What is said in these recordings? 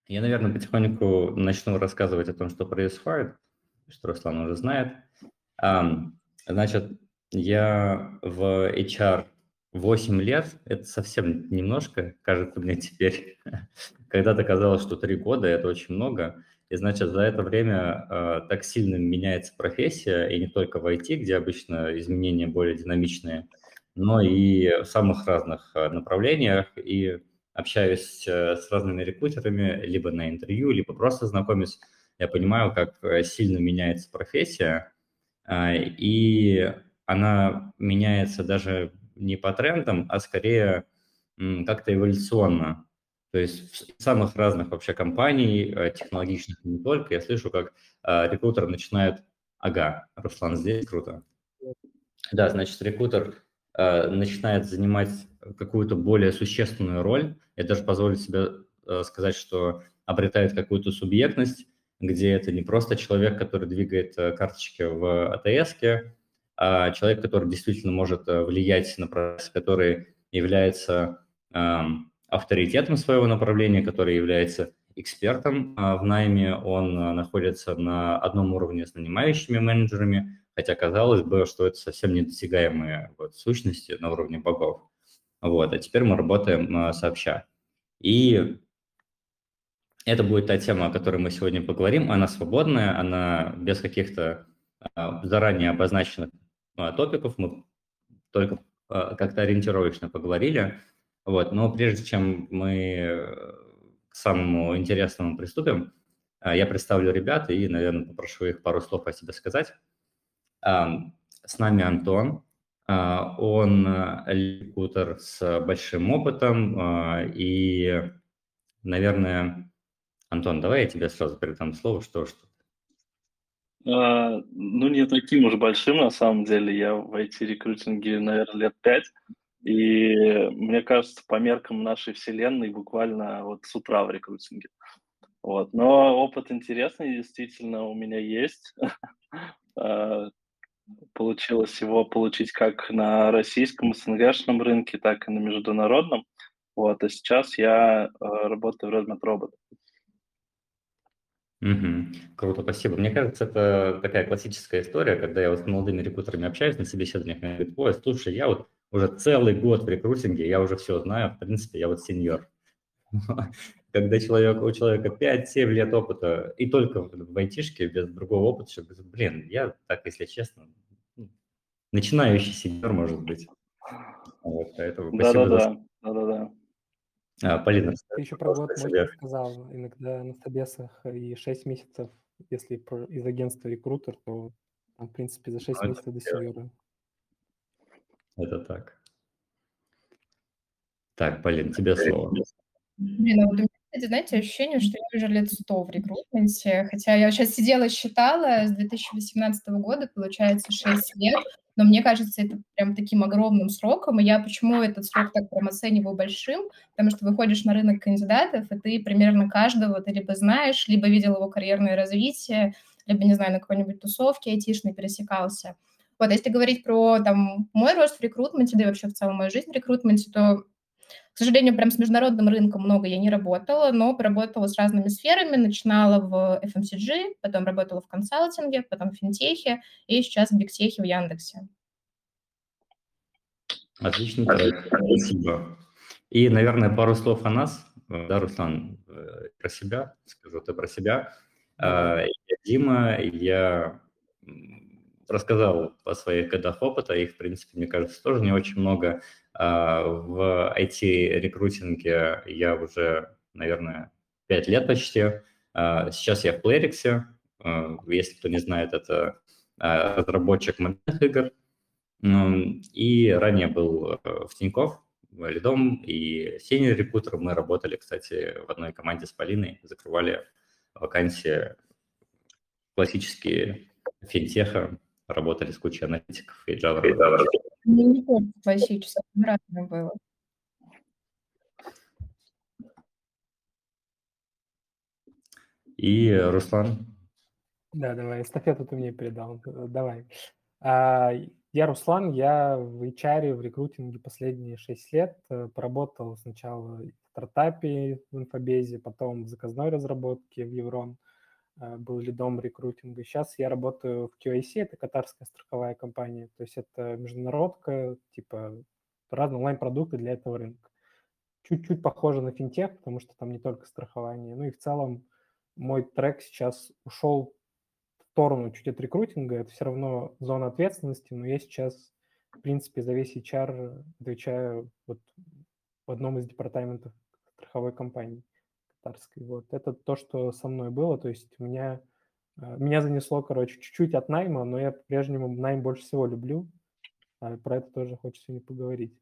Я, наверное, потихоньку начну рассказывать о том, что происходит, что Руслан уже знает. Значит, я в HR 8 лет, это совсем немножко, кажется мне теперь. Когда-то казалось, что 3 года– это очень много. И, значит, за это время так сильно меняется профессия, и не только в IT, где обычно изменения более динамичные, но и в самых разных направлениях. И общаюсь с разными рекрутерами, либо на интервью, либо просто знакомюсь, я понимаю, как сильно меняется профессия, и она меняется даже не по трендам, а скорее как-то эволюционно. То есть в самых разных вообще компаний, технологичных и не только, я слышу, как рекрутер начинает, ага, Руслан здесь, круто. Да, значит, рекрутер начинает занимать какую-то более существенную роль. Я даже позволю себе сказать, что обретает какую-то субъектность, где это не просто человек, который двигает карточки в АТС-ке, а человек, который действительно может влиять на процесс, который является авторитетом своего направления, который является экспертом в найме, он находится на одном уровне с нанимающими менеджерами, хотя казалось бы, что это совсем недосягаемые сущности на уровне богов. А теперь мы работаем сообща. И это будет та тема, о которой мы сегодня поговорим. Она свободная, она без каких-то заранее обозначенных топиков. Мы только как-то ориентировочно поговорили. Но прежде чем мы к самому интересному приступим, я представлю ребят и, наверное, попрошу их пару слов о себе сказать. С нами Антон. Он рекрутер с большим опытом. И, наверное, Антон, давай я тебе сразу передам слово, что. Ну, не таким уж большим, на самом деле. Я в IT-рекрутинге, наверное, лет 5. И мне кажется, по меркам нашей вселенной, буквально вот с утра в рекрутинге. Но опыт интересный, действительно, у меня есть. Получилось его получить как на российском СНГшном рынке, так и на международном. А сейчас я работаю в Redmond. Круто, спасибо. Мне кажется, это такая классическая история, когда я с молодыми рекрутерами общаюсь на собеседованиях, они говорят: ой, слушай, я уже целый год в рекрутинге, я уже все знаю, в принципе, я сеньор. Когда у человека 5-7 лет опыта, и только в айтишке, без другого опыта, что говорит: блин, я так, если честно, начинающий сеньор, может быть. Поэтому спасибо за... Да-да-да, да-да-да. Полина, Ты расскажи, еще про пожалуйста, год о мощно себе. сказал. Иногда на собесах и 6 месяцев, если из агентства рекрутер, то там, в принципе, за 6 Это, месяцев до сеньора. это так. Так, Полин, тебе слово. Блин, а вот у меня, кстати, знаете, ощущение, что я уже лет 100 в рекрутменте, хотя я сейчас сидела, считала, с 2018 года, получается, 6 лет, но мне кажется, это прям таким огромным сроком, и я почему этот срок так прям оцениваю большим, потому что выходишь на рынок кандидатов, и ты примерно каждого ты либо знаешь, либо видел его карьерное развитие, либо, не знаю, на какой-нибудь тусовке айтишной пересекался. А если говорить про там мой рост в рекрутменте, да и вообще в целом мою жизнь в рекрутменте, то к сожалению, прям с международным рынком много я не работала, но поработала с разными сферами. Начинала в FMCG, потом работала в консалтинге, потом в финтехе и сейчас в бигтехе в Яндексе. Отличный трек, спасибо. И, наверное, пару слов о нас. Да, Руслан, про себя, скажу ты про себя. Давай. Я Дима, я рассказал о своих годах опыта, их, в принципе, мне кажется, тоже не очень много. В IT-рекрутинге я уже, наверное, 5 лет почти. Сейчас я в Playrix. Если кто не знает, это разработчик мобильных игр. И ранее был в Тинькофф, лидом и senior рекрутером. Мы работали, кстати, в одной команде с Полиной, закрывали вакансии классические финтеха, работали с кучей аналитиков и Java разработчиков. Не только классически, разное было. И Руслан. Да, давай, эстафету ты мне передал. Давай. Я Руслан, я в HR, в рекрутинге последние 6 лет. Поработал сначала стартапе в Инфобезе, потом в заказной разработке в Еврон, был лидом рекрутинга. Сейчас я работаю в QIC, это катарская страховая компания, то есть это международка, типа разные онлайн-продукты для этого рынка. Чуть-чуть похоже на финтех, потому что там не только страхование. Ну и в целом мой трек сейчас ушел в сторону чуть от рекрутинга. Это все равно зона ответственности, но я сейчас, в принципе, за весь HR отвечаю вот в одном из департаментов страховой компании катарской. Вот. Это то, что со мной было. То есть меня занесло, короче, чуть-чуть от найма, но я по-прежнему найм больше всего люблю. Про это тоже хочется сегодня поговорить.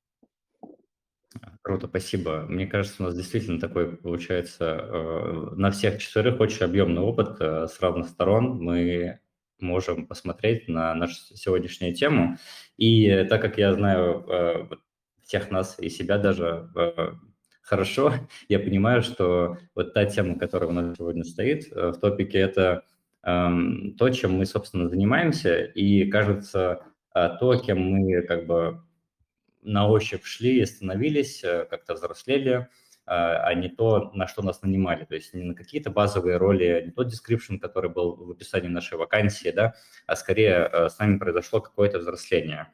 Круто, спасибо. Мне кажется, у нас действительно такой, получается, на всех четверых очень объемный опыт с разных сторон. Мы можем посмотреть на нашу сегодняшнюю тему. И так как я знаю всех нас и себя даже хорошо, я понимаю, что вот та тема, которая у нас сегодня стоит в топике, это то, чем мы, собственно, занимаемся, и, кажется, то, кем мы как бы на ощупь шли и становились, как-то взрослели, а не то, на что нас нанимали. То есть не на какие-то базовые роли, не тот description, который был в описании нашей вакансии, да, а скорее с нами произошло какое-то взросление.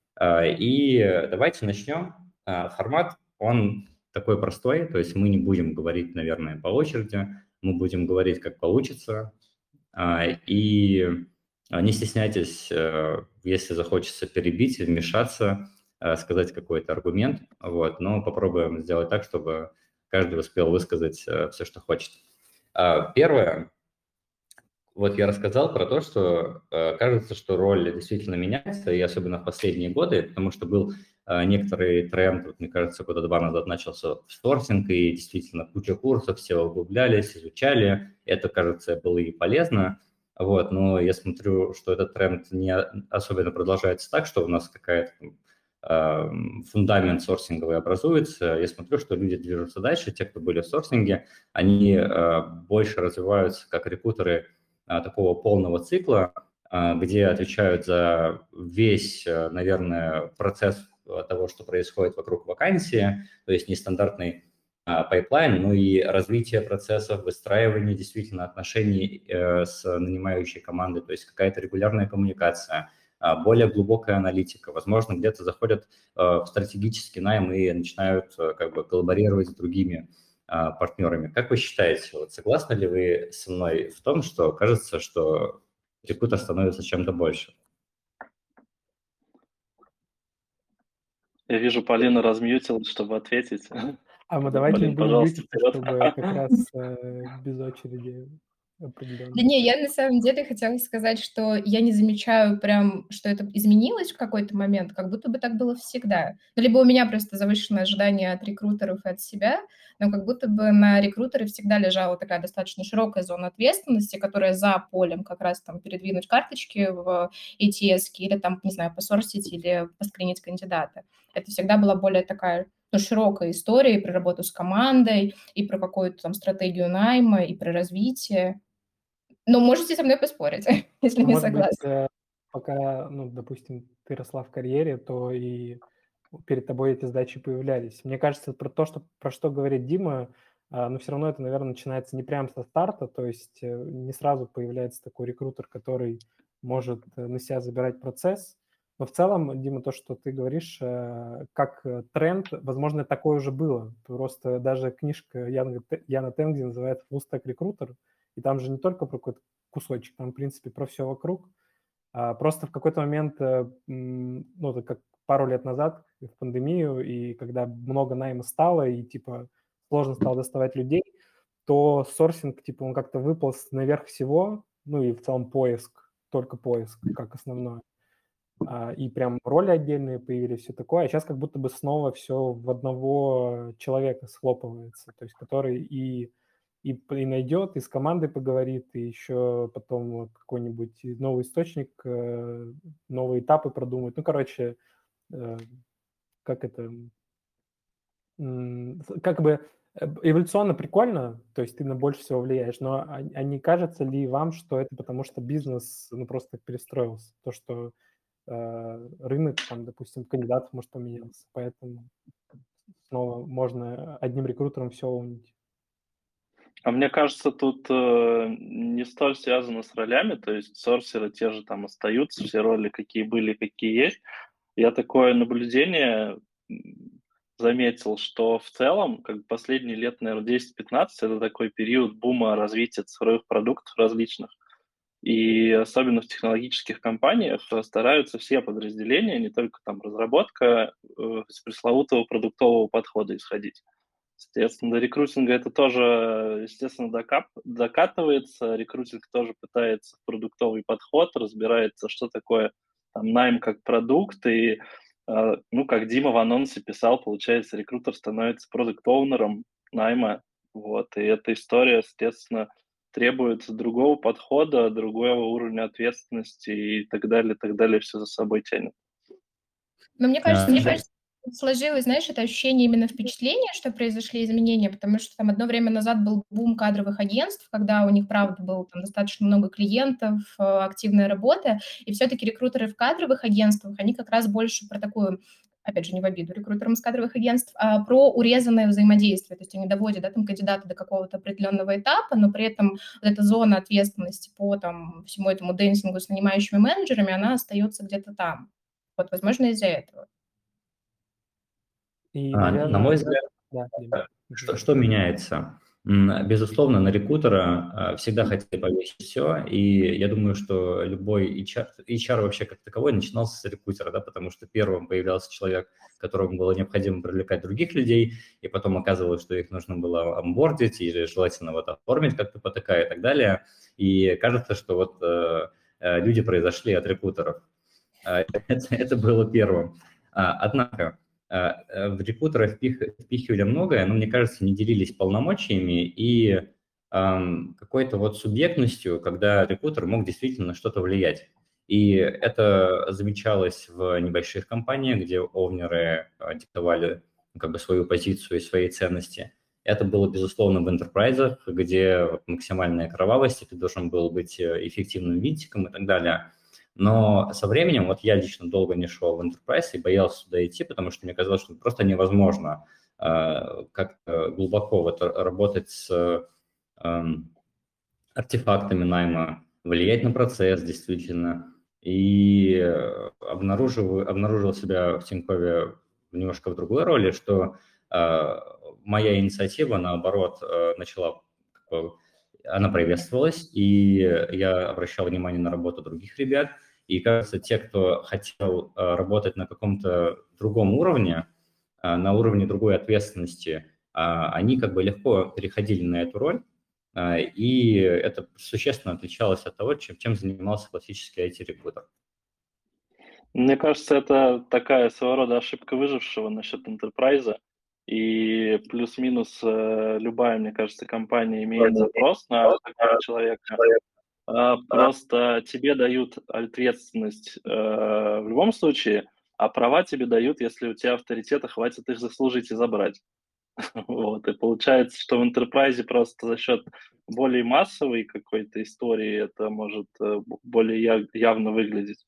И давайте начнем. Формат, он такой простой, то есть мы не будем говорить, наверное, по очереди, мы будем говорить, как получится. И не стесняйтесь, если захочется перебить, вмешаться, сказать какой-то аргумент, вот, но попробуем сделать так, чтобы каждый успел высказать все, что хочет. Первое, вот я рассказал про то, что кажется, что роль действительно меняется, и особенно в последние годы, потому что был некоторый тренд, вот, мне кажется, года 2 назад начался сорсинг, и действительно куча курсов, все углублялись, изучали, это, кажется, было и полезно, вот, но я смотрю, что этот тренд не особенно продолжается так, что у нас какая-то фундамент сорсинговый образуется. Я смотрю, что люди движутся дальше, те, кто были в сорсинге, они больше развиваются как рекрутеры такого полного цикла, где отвечают за весь, наверное, процесс того, что происходит вокруг вакансии, то есть нестандартный пайплайн, ну и развитие процессов, выстраивание действительно отношений с нанимающей командой, то есть какая-то регулярная коммуникация, более глубокая аналитика. Возможно, где-то заходят в стратегический найм и начинают как бы коллаборировать с другими партнерами. Как вы считаете, вот согласны ли вы со мной в том, что кажется, что рекрутер становится чем-то больше? Я вижу, Полина размьютилась, чтобы ответить. Давайте Полин, не будем пожалуйста, мьютиться, вперед. чтобы как раз без очереди определенно. Да не, я на самом деле хотела сказать, что я не замечаю прям, что это изменилось в какой-то момент, как будто бы так было всегда. Ну, либо у меня просто завышенное ожидание от рекрутеров и от себя, но как будто бы на рекрутеры всегда лежала такая достаточно широкая зона ответственности, которая за полем как раз там передвинуть карточки в ATS или там, не знаю, посорсить или поскринить кандидата. Это всегда была более такая широкая история и про работу с командой, и про какую-то там стратегию найма, и про развитие. Но можете со мной поспорить, если не Может быть, согласны. пока, допустим, ты росла в карьере, то и перед тобой эти задачи появлялись. Мне кажется, про что говорит Дима, но все равно это, наверное, начинается не прямо со старта, то есть не сразу появляется такой рекрутер, который может на себя забирать процесс. Но в целом, Дима, то, что ты говоришь, как тренд, возможно, такое уже было. Просто даже книжка Яна Тенги называется «Full Stack Recruiter», и там же не только про какой-то кусочек, там, в принципе, про все вокруг. Просто в какой-то момент, это как пару лет назад, в пандемию, и когда много найма стало, и, типа, сложно стало доставать людей, то сорсинг, типа, он как-то выполз наверх всего, ну и в целом поиск, только поиск как основное. И прям роли отдельные появились, все такое. А сейчас как будто бы снова все в одного человека схлопывается, то есть который и найдет, и с командой поговорит, и еще потом какой-нибудь новый источник, новые этапы продумает. Ну, короче, как это... Как бы эволюционно прикольно, то есть ты на больше всего влияешь, но не кажется ли вам, что это потому, что бизнес просто перестроился? То, что рынок, там, допустим, кандидатов может поменяться, поэтому снова можно одним рекрутером все унить? А мне кажется, тут не столь связано с ролями, то есть сорсеры те же там остаются, все роли какие были, какие есть. Я такое наблюдение заметил, что в целом, как последние лет, наверное, 10-15, это такой период бума развития цифровых продуктов различных. И особенно в технологических компаниях стараются все подразделения, не только там разработка, с пресловутого продуктового подхода исходить. Соответственно, до рекрутинга это тоже, естественно, докатывается. Рекрутинг тоже пытается в продуктовый подход, разбирается, что такое там, найм как продукт. И, ну, как Дима в анонсе писал, получается, рекрутер становится продукт-оунером найма. Вот. И эта история, соответственно, требует другого подхода, другого уровня ответственности и так далее, все за собой тянет. Но мне кажется, Да. сложилось, знаешь, это ощущение именно впечатления, что произошли изменения, потому что там одно время назад был бум кадровых агентств, когда у них, правда, было там достаточно много клиентов, активная работа, и все-таки рекрутеры в кадровых агентствах, они как раз больше про такую, опять же, не в обиду рекрутерам из кадровых агентств, а про урезанное взаимодействие, то есть они доводят, да, там, кандидата до какого-то определенного этапа, но при этом вот эта зона ответственности по там всему этому денсингу с нанимающими менеджерами, она остается где-то там. Вот, возможно, из-за этого. И, На наверное, мой взгляд, да, Дима. что меняется? Безусловно, на рекрутера всегда хотели повесить все, и я думаю, что любой HR вообще как таковой начинался с рекрутера, да, потому что первым появлялся человек, которому было необходимо привлекать других людей, и потом оказывалось, что их нужно было онбордить или желательно вот оформить как-то по ТК и так далее. И кажется, что вот люди произошли от рекрутеров. Это было первым. Однако в рекрутера впихивали многое, но, мне кажется, не делились полномочиями и какой-то вот субъектностью, когда рекрутер мог действительно на что-то влиять. И это замечалось в небольших компаниях, где овнеры диктовали как бы свою позицию и свои ценности. Это было, безусловно, в энтерпрайзах, где максимальная кровавость, и ты должен был быть эффективным винтиком и так далее. Но со временем, вот я лично долго не шел в Enterprise и боялся туда идти, потому что мне казалось, что просто невозможно как-то глубоко вот работать с артефактами найма, влиять на процесс действительно. И обнаружил себя в Тинькове немножко в другой роли, что моя инициатива, наоборот, она приветствовалась, и я обращал внимание на работу других ребят. И, кажется, те, кто хотел работать на каком-то другом уровне, на уровне другой ответственности, они как бы легко переходили на эту роль, и это существенно отличалось от того, чем занимался классический IT-рекрутер. Мне кажется, это такая своего рода ошибка выжившего насчет enterprise. И плюс-минус любая, мне кажется, компания имеет запрос на такого человека. Просто тебе дают ответственность в любом случае, а права тебе дают, если у тебя авторитета хватит их заслужить и забрать. Вот. И получается, что в enterprise просто за счет более массовой какой-то истории это может более явно выглядеть.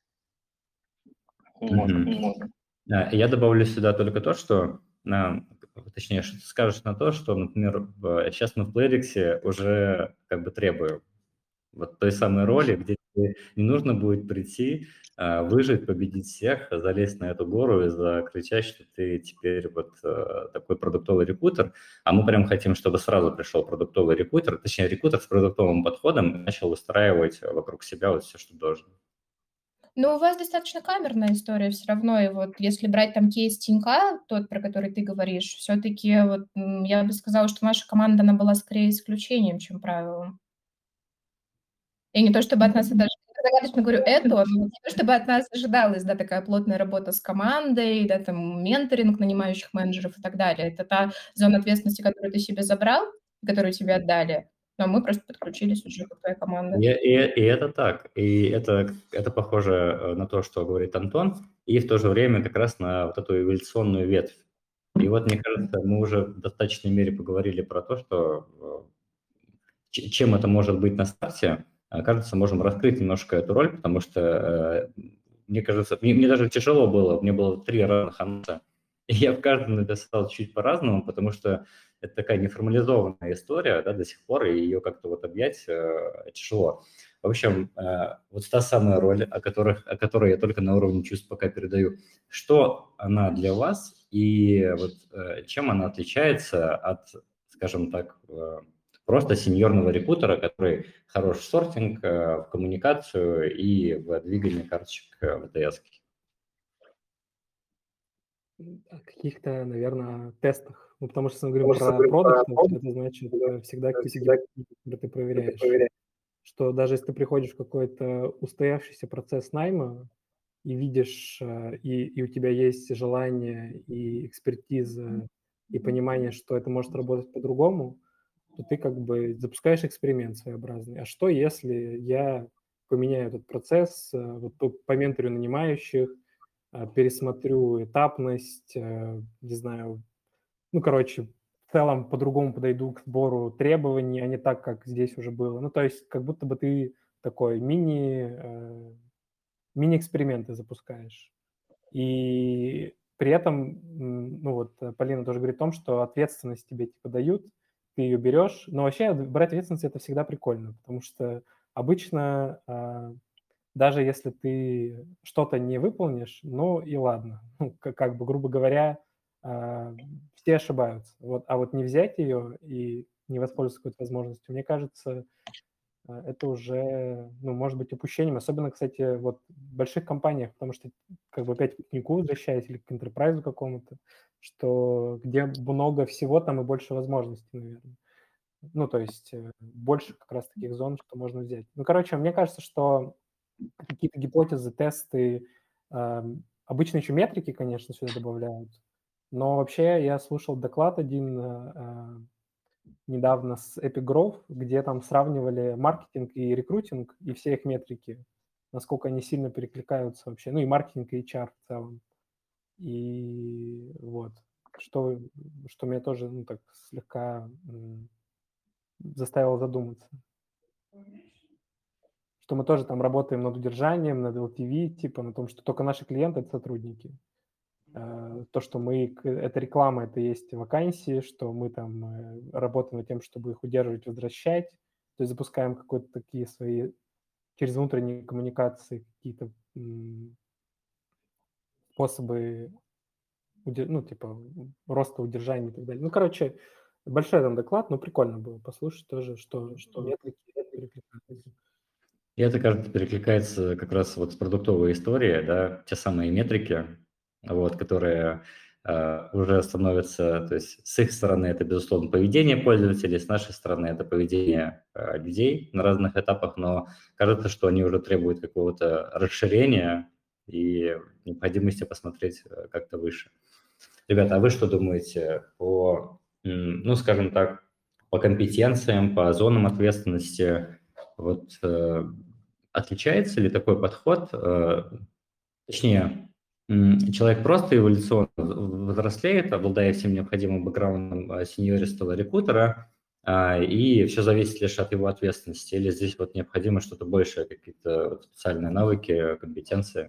Вот. Я добавлю сюда только то, что, точнее, что ты скажешь на то, что, например, сейчас мы в Playrix уже как бы требуем вот той самой роли, где тебе не нужно будет прийти, выжить, победить всех, залезть на эту гору и закричать, что ты теперь вот такой продуктовый рекрутер, а мы прям хотим, чтобы сразу пришел продуктовый рекрутер, точнее, рекрутер с продуктовым подходом и начал выстраивать вокруг себя вот все, что должен. Ну, у вас достаточно камерная история все равно, и вот если брать там кейс Тинька, тот, про который ты говоришь, все-таки вот я бы сказала, что наша команда, она была скорее исключением, чем правилом. И не то чтобы от нас, даже загадочно говорю это, но не то чтобы от нас ожидалась, да, такая плотная работа с командой, да, там менторинг нанимающих менеджеров и так далее. Это та зона ответственности, которую ты себе забрал, которую тебе отдали, но мы просто подключились уже к твоей команде. И это так, и это похоже на то, что говорит Антон, и в то же время как раз на вот эту эволюционную ветвь. И вот, мне кажется, мы уже в достаточной мере поговорили про то, что чем это может быть на старте. Кажется, можем раскрыть немножко эту роль, потому что, мне кажется, мне даже тяжело было, мне было 3 разных анонса, И я в каждом написал чуть по-разному, потому что это такая неформализованная история, да, до сих пор, и ее как-то вот объять тяжело. В общем, вот та самая роль, о которой я только на уровне чувств пока передаю, что она для вас и вот чем она отличается от, скажем так, просто сеньорного рекрутера, который хорош в сортинг, в коммуникацию и в двигании карточек в ВТС. О каких-то, наверное, тестах. Ну, потому что, если мы говорим про продукты, это значит всегда какие-то гипотезы, которые ты проверяешь. Что даже если ты приходишь в какой-то устоявшийся процесс найма и видишь, и у тебя есть желание, и экспертиза, и понимание, что это может работать по-другому, то ты как бы запускаешь эксперимент своеобразный. А что, если я поменяю этот процесс, вот поменторю нанимающих, пересмотрю этапность, не знаю, ну, короче, в целом по-другому подойду к сбору требований, а не так, как здесь уже было. Ну, то есть как будто бы ты такой мини-эксперименты запускаешь. И при этом, ну вот Полина тоже говорит о том, что ответственность тебе типа дают, ты ее берешь. Но вообще брать ответственность – это всегда прикольно, потому что обычно даже если ты что-то не выполнишь, ну и ладно. Ну, как бы, грубо говоря, все ошибаются. Вот, а вот не взять ее и не воспользоваться какой-то возможностью, мне кажется, это уже, ну, может быть упущением. Особенно, кстати, вот в больших компаниях, потому что, как бы опять к Нику возвращаясь или к enterprise какому-то, что где много всего, там и больше возможностей, наверное. Ну, то есть больше как раз таких зон, что можно взять. Ну, короче, мне кажется, что какие-то гипотезы, тесты, обычно еще метрики, конечно, сюда добавляют. Но вообще я слушал доклад один недавно с Epic Growth, где там сравнивали маркетинг и рекрутинг, и все их метрики, насколько они сильно перекликаются вообще, ну и маркетинг, и HR в целом. И вот, что меня тоже, ну, так слегка заставило задуматься. Что мы тоже там работаем над удержанием, над LTV, типа на том, что только наши клиенты – это сотрудники. То, что это реклама, это есть вакансии, что мы там работаем над тем, чтобы их удерживать, возвращать. То есть запускаем какие-то такие свои через внутренние коммуникации какие-то способы, ну, типа роста, удержания и так далее. Ну, короче, большой там доклад, но прикольно было послушать тоже, что метрики перекликаются. И это, кажется, перекликается как раз вот с продуктовой историей, да, те самые метрики, вот, которые уже становятся, то есть с их стороны это, безусловно, поведение пользователей, с нашей стороны это поведение людей на разных этапах, но кажется, что они уже требуют какого-то расширения и необходимости посмотреть как-то выше. Ребята, а вы что думаете по, ну, скажем так, по компетенциям, по зонам ответственности? Вот отличается ли такой подход, точнее, человек просто эволюционно взрослеет, обладая всем необходимым бэкграундом сеньористого рекрутера, и все зависит лишь от его ответственности, или здесь вот необходимо что-то большее, какие-то специальные навыки, компетенции?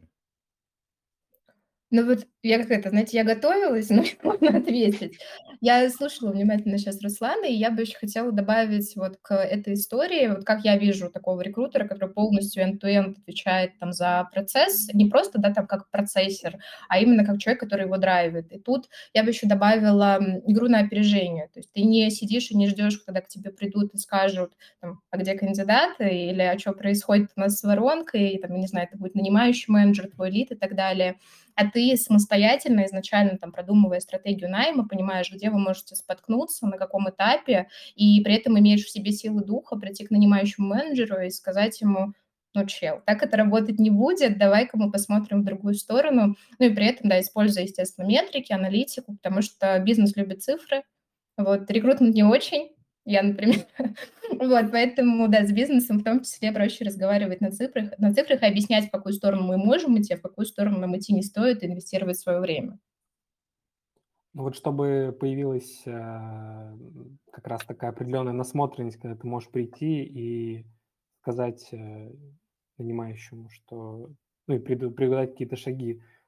Ну вот я как это, знаете, я готовилась, но можно ответить. Я слушала внимательно сейчас Руслана, и я бы еще хотела добавить вот к этой истории, вот как я вижу такого рекрутера, который полностью end-to-end отвечает там за процесс, не просто, да, там как процессор, а именно как человек, который его драйвит. И тут я бы еще добавила игру на опережение. То есть ты не сидишь и не ждешь, когда к тебе придут и скажут, там, а где кандидаты, или а что происходит у нас с воронкой, и, там, я не знаю, это будет нанимающий менеджер, твой лид и так далее. А ты самостоятельно изначально там продумывая стратегию найма, понимаешь, где вы можете споткнуться, на каком этапе, и при этом имеешь в себе силы духа прийти к нанимающему менеджеру и сказать ему, ну, чел, так это работать не будет, давай-ка мы посмотрим в другую сторону. Ну и при этом, да, используя, естественно, метрики, аналитику, потому что бизнес любит цифры, вот, рекрутмент не очень, я, например. Вот, поэтому, да, с бизнесом в том числе проще разговаривать на цифрах и объяснять, в какую сторону мы можем идти, а в какую сторону нам идти не стоит, инвестировать свое время. Ну вот чтобы появилась как раз такая определенная насмотренность, когда ты можешь прийти и сказать нанимающему, что, ну и предугадать какие-то шаги.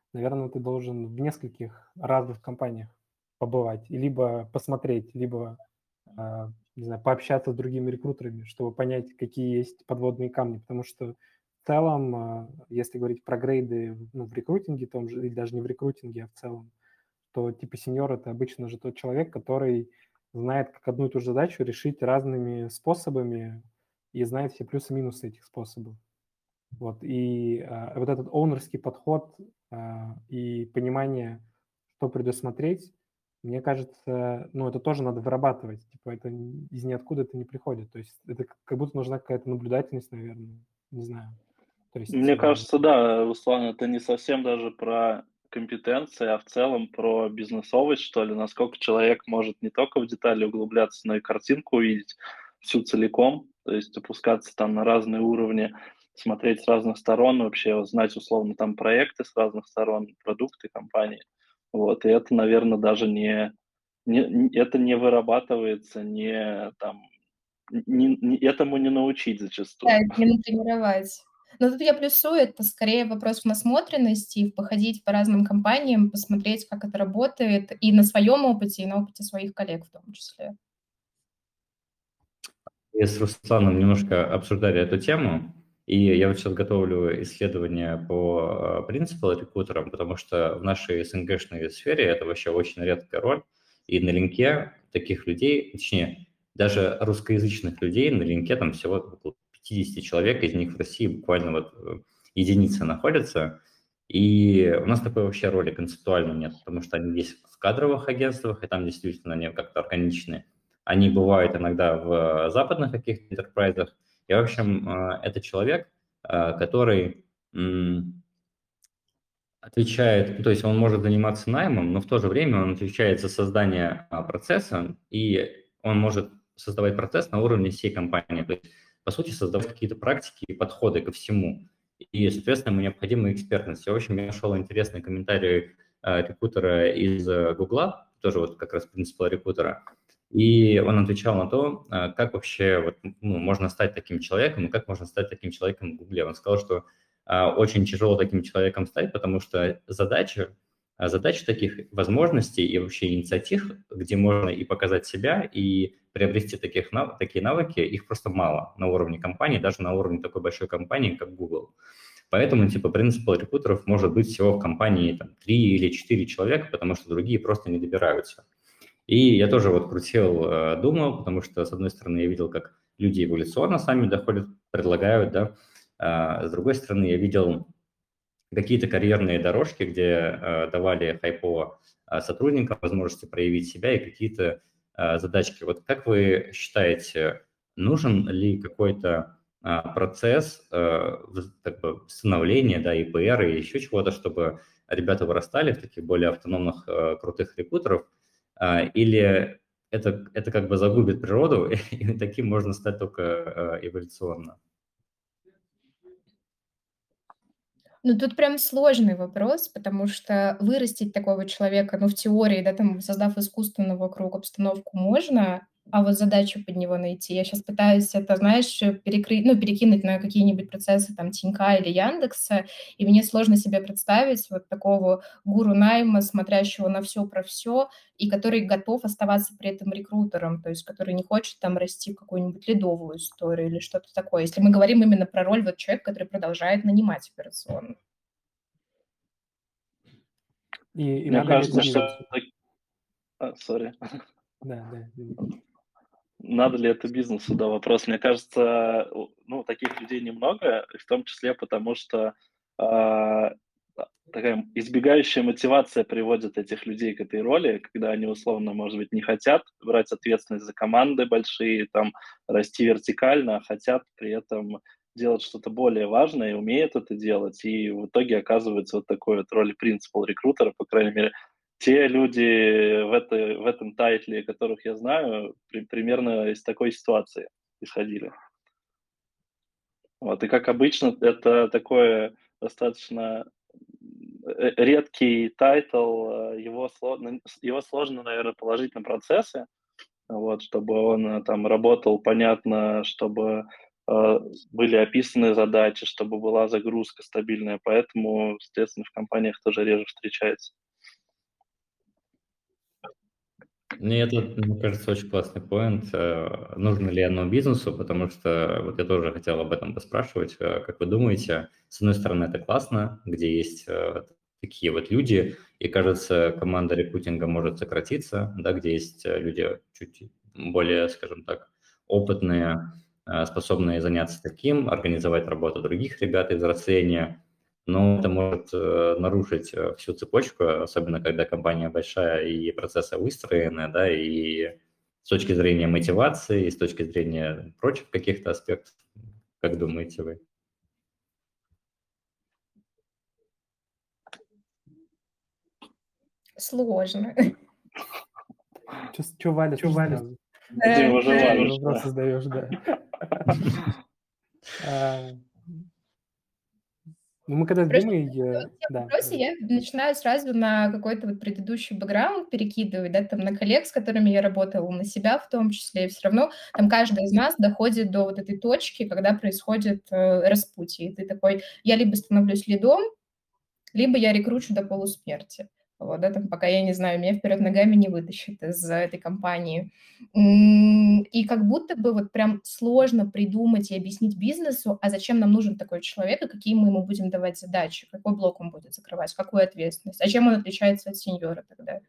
наверное, ты должен в нескольких разных компаниях побывать, и либо посмотреть, либо, не знаю, пообщаться с другими рекрутерами, чтобы понять, какие есть подводные камни. Потому что в целом, если говорить про грейды в рекрутинге том же, или даже не в рекрутинге, а в целом, то типа сеньор – это обычно же тот человек, который знает, как одну и ту же задачу решить разными способами и знает все плюсы и минусы этих способов. Вот, и вот этот оунерский подход и понимание, что предусмотреть, мне кажется, это тоже надо вырабатывать. Типа это из ниоткуда это не приходит. То есть это как будто нужна какая-то наблюдательность, наверное, не знаю. То есть, Мне кажется, да, Руслан, это не совсем даже про компетенции, а в целом про бизнесовость, что ли, насколько человек может не только в детали углубляться, но и картинку увидеть всю целиком, то есть опускаться там на разные уровни, смотреть с разных сторон, вообще знать условно там проекты с разных сторон, продукты компании. Вот, и это, наверное, даже это не вырабатывается, этому не научить Да, зачастую. именно тренировать. Но тут я плюсую, это скорее вопрос в насмотренности, походить по разным компаниям, посмотреть, как это работает, и на своем опыте, и на опыте своих коллег в том числе. И с Русланом немножко обсуждали эту тему, и я вот сейчас готовлю исследование по принципу рекрутерам, потому что в нашей СНГшной сфере это вообще очень редкая роль, и на линке таких людей, точнее, даже русскоязычных людей на линке там всего около 50 человек, из них в России буквально вот единицы находятся, и у нас такой вообще роли концептуально нет, потому что они есть в кадровых агентствах, и там действительно они как-то органичны. Они бывают иногда в западных каких-то enterprises. И, в общем, это человек, который отвечает, то есть он может заниматься наймом, но в то же время он отвечает за создание процесса, и он может создавать процесс на уровне всей компании. То есть, по сути, создавать какие-то практики и подходы ко всему. И, соответственно, ему необходима экспертность. В общем, я нашел интересный комментарий рекрутера из Гугла, тоже вот как раз принципа рекрутера, и он отвечал на то, как вообще можно стать таким человеком, и как можно стать таким человеком в Гугле. Он сказал, что очень тяжело таким человеком стать, потому что задача таких возможностей и вообще инициатив, где можно и показать себя, и приобрести такие навыки, их просто мало на уровне компании, даже на уровне такой большой компании, как Google. Поэтому, принципал рекрутеров может быть всего в компании 3 или 4 человека, потому что другие просто не добираются. И я тоже вот крутил, думал, потому что, с одной стороны, я видел, как люди эволюционно сами доходят, предлагают, да, с другой стороны, я видел какие-то карьерные дорожки, где давали хайпово сотрудникам возможности проявить себя и какие-то задачки. Вот как вы считаете, нужен ли какой-то процесс как бы становления, да, ИПР и еще чего-то, чтобы ребята вырастали в таких более автономных, крутых рекрутеров, или это как бы загубит природу, и таким можно стать только эволюционно? Ну, тут прям сложный вопрос, потому что вырастить такого человека, в теории, да, там, создав искусственно вокруг обстановку, можно, а вот задачу под него найти. Я сейчас пытаюсь это, знаешь, перекинуть на какие-нибудь процессы там Тинька или Яндекса, и мне сложно себе представить вот такого гуру найма, смотрящего на все про все, и который готов оставаться при этом рекрутером, то есть который не хочет там расти в какую-нибудь лидовую историю или что-то такое. Если мы говорим именно про роль вот человека, который продолжает нанимать операционно. И Мне надо ли это кажется, что... бизнесу? Сори. Да. Надо ли это бизнесу, да, вопрос. Мне кажется, таких людей немного, в том числе потому, что такая избегающая мотивация приводит этих людей к этой роли, когда они, условно, может быть, не хотят брать ответственность за команды большие, там, расти вертикально, а хотят при этом делать что-то более важное и умеют это делать, и в итоге оказывается вот такой вот роли принципал рекрутера, по крайней мере, те люди в этом тайтле, которых я знаю, примерно из такой ситуации исходили. Вот, и как обычно, это такое достаточно редкий тайтл, его сложно, наверное, положить на процессы, вот, чтобы он там работал понятно, чтобы были описаны задачи, чтобы была загрузка стабильная, поэтому, соответственно, в компаниях тоже реже встречается. Ну, это, мне кажется, очень классный поинт. Нужно ли оно бизнесу? Потому что вот я тоже хотел об этом поспрашивать. Как вы думаете, с одной стороны, это классно, где есть такие вот люди, и, кажется, команда рекрутинга может сократиться, да, где есть люди чуть более, скажем так, опытные, способные заняться таким, организовать работу других ребят и взросления. Но это может нарушить всю цепочку, особенно когда компания большая и процессы выстроены, да, и с точки зрения мотивации, и с точки зрения прочих каких-то аспектов. Как думаете вы? Сложно. Что валишь сразу? Дима, уже Да. валишь, Вопрос да. задаешь, да. Ну, мы когда с Просто Димой... в тем Да. вопросе я начинаю сразу на какой-то вот предыдущий бэкграунд перекидывать, да, там на коллег, с которыми я работала, на себя в том числе. И все равно там каждый из нас доходит до вот этой точки, когда происходит распутье. И ты такой: я либо становлюсь лидом, либо я рекручу до полусмерти. Вот, да, там, пока, я не знаю, меня вперед ногами не вытащит из этой компании. И как будто бы вот прям сложно придумать и объяснить бизнесу, а зачем нам нужен такой человек, и какие мы ему будем давать задачи, какой блок он будет закрывать, какую ответственность, а чем он отличается от сеньора тогда.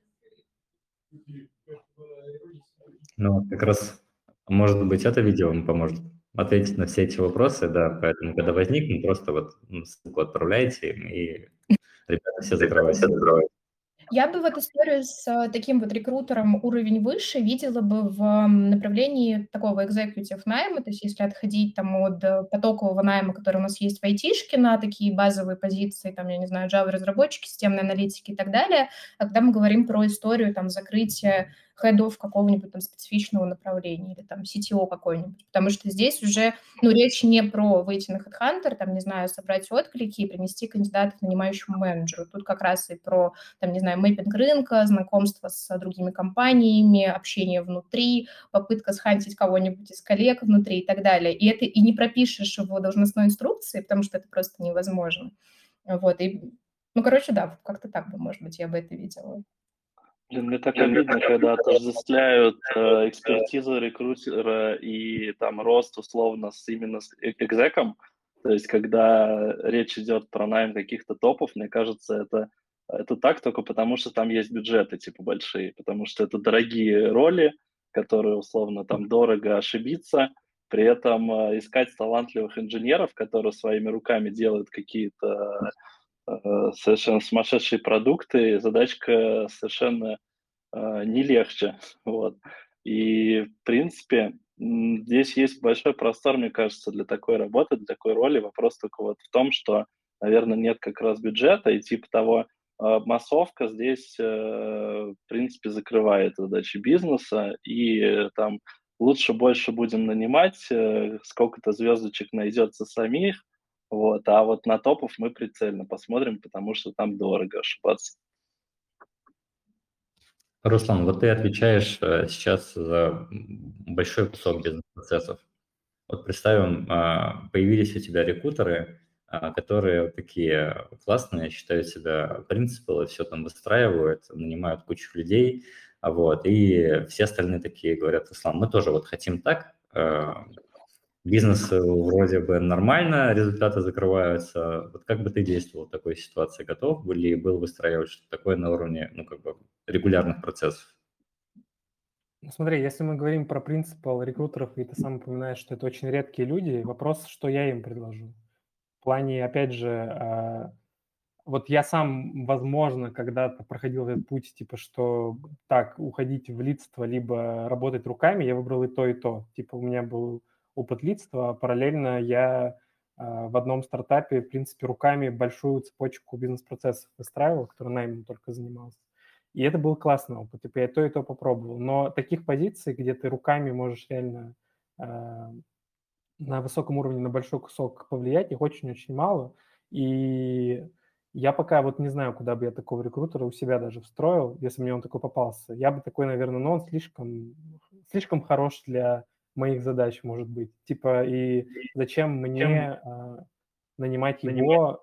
Ну, как раз, может быть, это видео вам поможет ответить на все эти вопросы, да, поэтому, когда возникнут, просто вот ссылку отправляйте им, и ребята все закрываются. Я бы вот историю с таким вот рекрутером уровень выше видела бы в направлении такого executive найма, то есть если отходить там от потокового найма, который у нас есть в айтишке на такие базовые позиции, там, я не знаю, Java-разработчики, системные аналитики и так далее, а когда мы говорим про историю там закрытия хедов какого-нибудь там специфичного направления или там CTO какой-нибудь, потому что здесь уже, ну, речь не про выйти на HeadHunter, там, не знаю, собрать отклики и принести кандидатов нанимающему менеджеру. Тут как раз и про, там, не знаю, мэппинг рынка, знакомство с другими компаниями, общение внутри, попытка схантить кого-нибудь из коллег внутри и так далее. И это и не пропишешь в должностной инструкции, потому что это просто невозможно. Вот, и, ну, короче, да, как-то так бы, может быть, я бы это видела. Блин, мне так обидно, когда отождествляют экспертизу рекрутера и там рост условно именно с экзеком. То есть, когда речь идет про найм каких-то топов, мне кажется, это так только потому, что там есть бюджеты типа большие, потому что это дорогие роли, которые условно там дорого ошибиться, при этом искать талантливых инженеров, которые своими руками делают какие-то совершенно сумасшедшие продукты, задачка совершенно не легче. Вот. И, в принципе, здесь есть большой простор, мне кажется, для такой работы, для такой роли. Вопрос только вот в том, что, наверное, нет как раз бюджета, и типа того, массовка здесь, в принципе, закрывает задачи бизнеса, и там лучше больше будем нанимать, сколько-то звездочек найдется самих, вот, а вот на топов мы прицельно посмотрим, потому что там дорого ошибаться. Руслан, вот ты отвечаешь сейчас за большой кусок бизнес-процессов. Вот представим, появились у тебя рекрутеры, которые вот такие классные, считают себя принципалы, все там выстраивают, нанимают кучу людей, вот, и все остальные такие говорят: Руслан, мы тоже вот хотим так, бизнес вроде бы нормально, результаты закрываются. Вот как бы ты действовал в такой ситуации? Готов был выстраивать что-то такое на уровне, ну, как бы регулярных процессов? Ну, смотри, если мы говорим про принципал рекрутеров, и ты сам упоминаешь, что это очень редкие люди, вопрос, что я им предложу. В плане, опять же, вот я сам, возможно, когда-то проходил этот путь, типа, что так, уходить в лидство, либо работать руками, я выбрал и то, и то. Типа, у меня был опыт лидства, а параллельно я в одном стартапе, в принципе, руками большую цепочку бизнес-процессов выстраивал, который наймом только занимался. И это был классный опыт. Типа, я и то попробовал. Но таких позиций, где ты руками можешь реально на высоком уровне на большой кусок повлиять, их очень-очень мало. И я пока вот не знаю, куда бы я такого рекрутера у себя даже встроил, если мне он такой попался. Я бы такой, наверное, но он слишком хорош для моих задач может быть. Типа, и зачем мне нанимать его,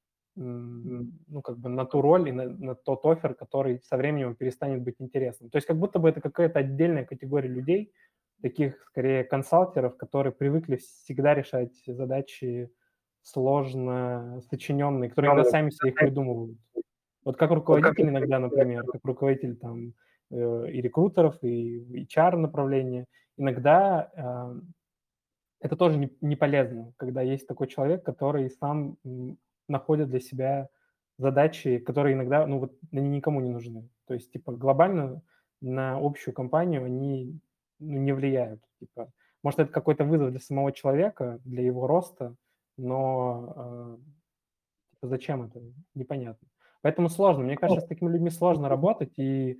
ну, как бы на ту роль и на тот оффер, который со временем перестанет быть интересным. То есть как будто бы это какая-то отдельная категория людей, таких, скорее, консалтеров, которые привыкли всегда решать задачи сложно сочиненные, которые иногда сами себе их придумывают. Вот как руководитель иногда, например, как руководитель там и рекрутеров, и HR направления, иногда это тоже не полезно, когда есть такой человек, который сам находит для себя задачи, которые иногда, ну вот, они никому не нужны. То есть, типа, глобально на общую компанию они не влияют. Типа, может, это какой-то вызов для самого человека, для его роста, но типа, зачем это? Непонятно. Поэтому сложно. Мне кажется, с такими людьми сложно работать, и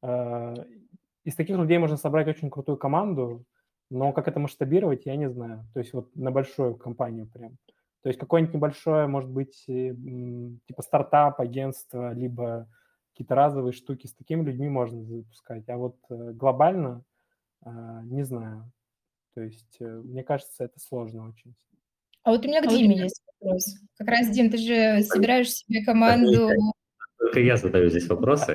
из таких людей можно собрать очень крутую команду, но как это масштабировать, я не знаю. То есть вот на большую компанию прям. То есть какое-нибудь небольшое, может быть, типа стартап, агентство, либо какие-то разовые штуки с такими людьми можно запускать. А вот глобально не знаю. То есть мне кажется, это сложно очень. А вот у меня к Диме есть вопрос. Как раз, Дим, ты же собираешь себе команду... Только я задаю здесь вопросы.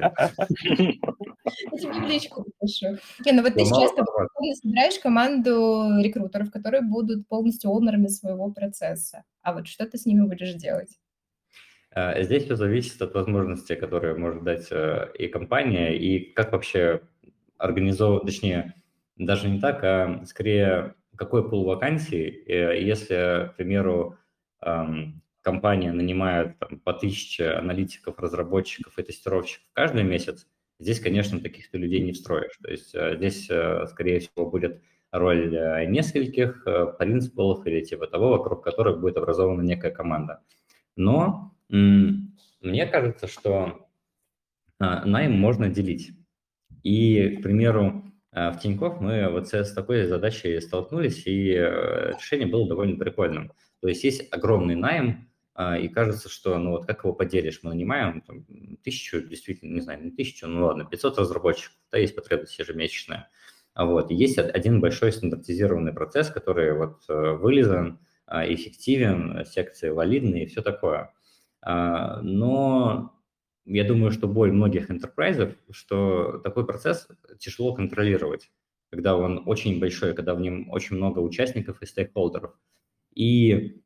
Я тебе в личку напишу. Ну вот ты сейчас собираешь команду рекрутеров, которые будут полностью оунерами своего процесса. А вот что ты с ними будешь делать? Здесь все зависит от возможностей, которые может дать и компания, и как вообще организовывать, точнее, даже не так, а скорее какой пул вакансий. Если, к примеру, компания нанимает там, по 1000 аналитиков, разработчиков и тестировщиков каждый месяц, здесь, конечно, таких-то людей не встроишь. То есть здесь, скорее всего, будет роль нескольких принципалов или типа того, вокруг которых будет образована некая команда. Но мне кажется, что найм можно делить. И, к примеру, в Тинькофф мы вот с такой задачей столкнулись, и решение было довольно прикольным. То есть есть огромный найм, и кажется, что, ну вот как его поделишь? Мы нанимаем там, 1000, действительно, не знаю, не 1000, ну ладно, 500 разработчиков, да, есть потребность ежемесячная. Вот. И есть один большой стандартизированный процесс, который вот вылизан, эффективен, секции валидные и все такое. Но я думаю, что боль многих enterprise'ов, что такой процесс тяжело контролировать, когда он очень большой, когда в нем очень много участников и стейкхолдеров. И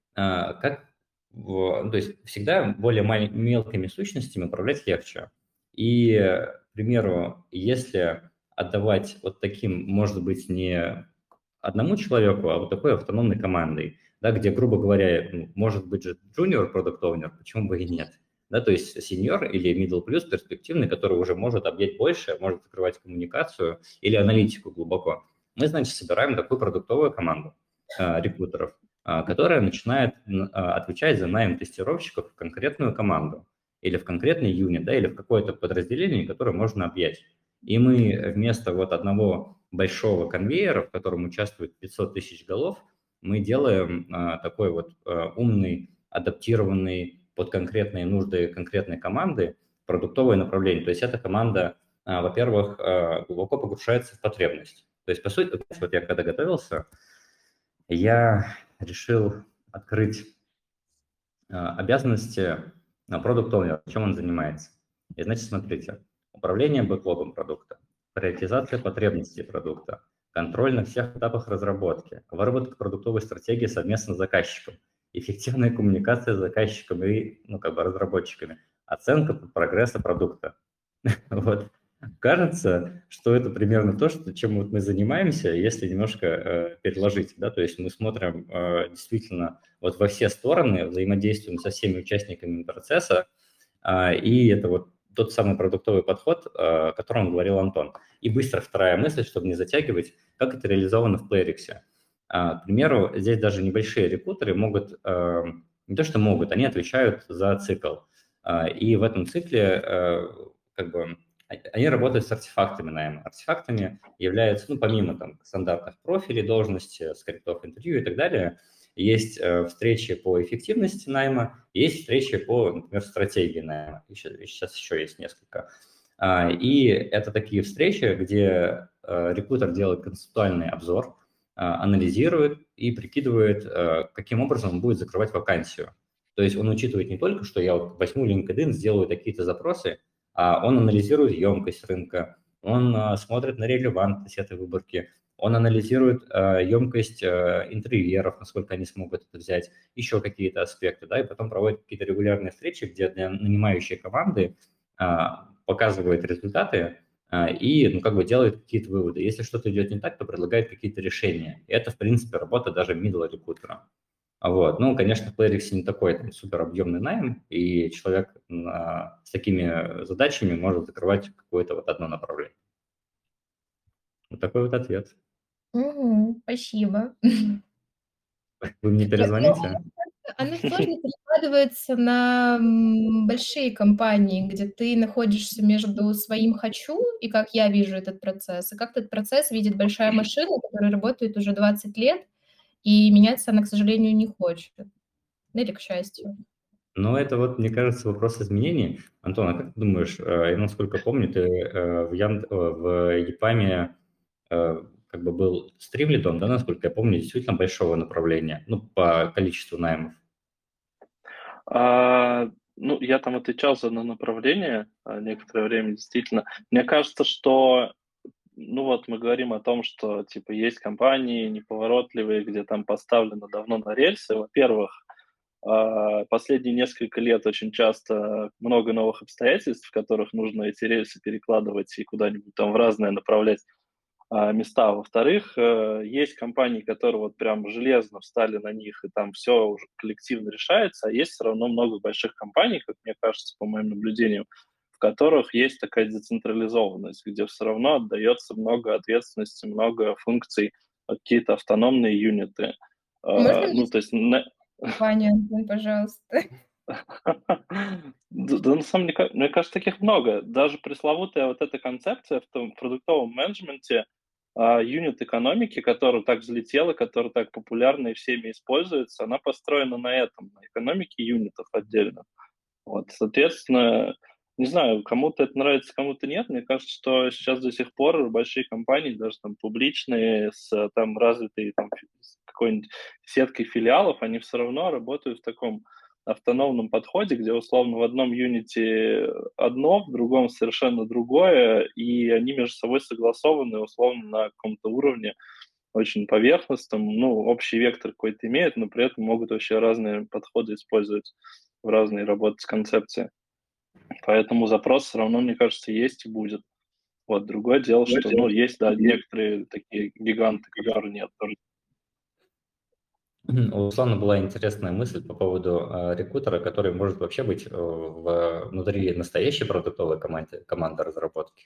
то есть всегда более мелкими сущностями управлять легче. И, к примеру, если отдавать вот таким, может быть, не одному человеку, а вот такой автономной командой, да, где, грубо говоря, может быть же junior product owner, почему бы и нет, да, то есть senior или middle plus перспективный, который уже может объять больше, может закрывать коммуникацию или аналитику глубоко. Мы, значит, собираем такую продуктовую команду рекрутеров, которая начинает отвечать за найм тестировщиков в конкретную команду или в конкретный юнит, да, или в какое-то подразделение, которое можно объять. И мы вместо вот одного большого конвейера, в котором участвует 500 тысяч голов, мы делаем такой вот умный, адаптированный под конкретные нужды конкретной команды продуктовое направление. То есть эта команда, во-первых, глубоко погружается в потребность. То есть, по сути, вот я когда готовился, я решил открыть обязанности продукт-оунера, чем он занимается. И, значит, смотрите, управление бэклогом продукта, приоритизация потребностей продукта, контроль на всех этапах разработки, выработка продуктовой стратегии совместно с заказчиком, эффективная коммуникация с заказчиком и разработчиками, оценка прогресса продукта. Вот. Кажется, что это примерно то, чем вот мы занимаемся, если немножко переложить, да, то есть мы смотрим действительно вот во все стороны, взаимодействуем со всеми участниками процесса, и это вот тот самый продуктовый подход, о котором говорил Антон. И быстро вторая мысль, чтобы не затягивать, как это реализовано в Playrix. К примеру, здесь даже небольшие рекрутеры могут, не то что могут, они отвечают за цикл. И в этом цикле они работают с артефактами найма. Артефактами являются, ну, помимо там стандартных профилей, должности, скриптов, интервью и так далее, есть встречи по эффективности найма, есть встречи по, например, стратегии найма. Сейчас еще есть несколько. И это такие встречи, где рекрутер делает концептуальный обзор, анализирует и прикидывает, каким образом он будет закрывать вакансию. То есть он учитывает не только, что я вот возьму LinkedIn, сделаю такие-то запросы, а он анализирует емкость рынка, он смотрит на релевантность этой выборки, он анализирует емкость интервьюеров, насколько они смогут это взять, еще какие-то аспекты, да, и потом проводит какие-то регулярные встречи, где для нанимающей команды показывает результаты и, ну, как бы делает какие-то выводы. Если что-то идет не так, то предлагает какие-то решения. И это, в принципе, работа даже middle рекрутера. Вот. Ну, конечно, в Playrix не такой там, супер объемный найм, и человек с такими задачами может закрывать какое-то вот одно направление. Вот такой вот ответ. Спасибо. Вы мне перезвоните? Оно сложно перекладывается на большие компании, где ты находишься между своим «хочу» и как я вижу этот процесс, и как этот процесс видит большая машина, которая работает уже 20 лет, и меняться она, к сожалению, не хочет. Или к счастью. Ну, это вот, мне кажется, вопрос изменений. Антон, а как ты думаешь, я насколько помню, ты в ЕПАМе как бы был стримлидом, да, насколько я помню, действительно большого направления, ну, по количеству наймов. Ну, я там отвечал за одно направление некоторое время, действительно. Мне кажется, что, ну вот мы говорим о том, что типа есть компании неповоротливые, где там поставлено давно на рельсы. Во-первых, последние несколько лет очень часто много новых обстоятельств, в которых нужно эти рельсы перекладывать и куда-нибудь там в разное направлять места. Во-вторых, есть компании, которые вот прям железно встали на них, и там все уже коллективно решается, а есть все равно много больших компаний, как мне кажется, по моим наблюдениям, в которых есть такая децентрализованность, где все равно отдается много ответственности, много функций, какие-то автономные юниты. Можно Ну, то есть... Ваня, пожалуйста. Да, на самом деле, мне кажется, таких много. Даже пресловутая вот эта концепция в том продуктовом менеджменте, юнит экономики, которая так взлетела, которая так популярна и всеми используется, она построена на этом, на экономике юнитов отдельно. Вот, соответственно, не знаю, кому-то это нравится, кому-то нет. Мне кажется, что сейчас до сих пор большие компании, даже там публичные, с там развитой там, какой-нибудь сеткой филиалов, они все равно работают в таком автономном подходе, где условно в одном юните одно, в другом совершенно другое, и они между собой согласованы условно на каком-то уровне очень поверхностном, ну, общий вектор какой-то имеют, но при этом могут вообще разные подходы использовать в разные работы с концепцией. Поэтому запрос все равно, мне кажется, есть и будет. Вот, другое дело, что, ну, есть, да, некоторые такие гиганты, которые нет. У Руслана была интересная мысль по поводу рекрутера, который может вообще быть внутри настоящей продуктовой команды разработки.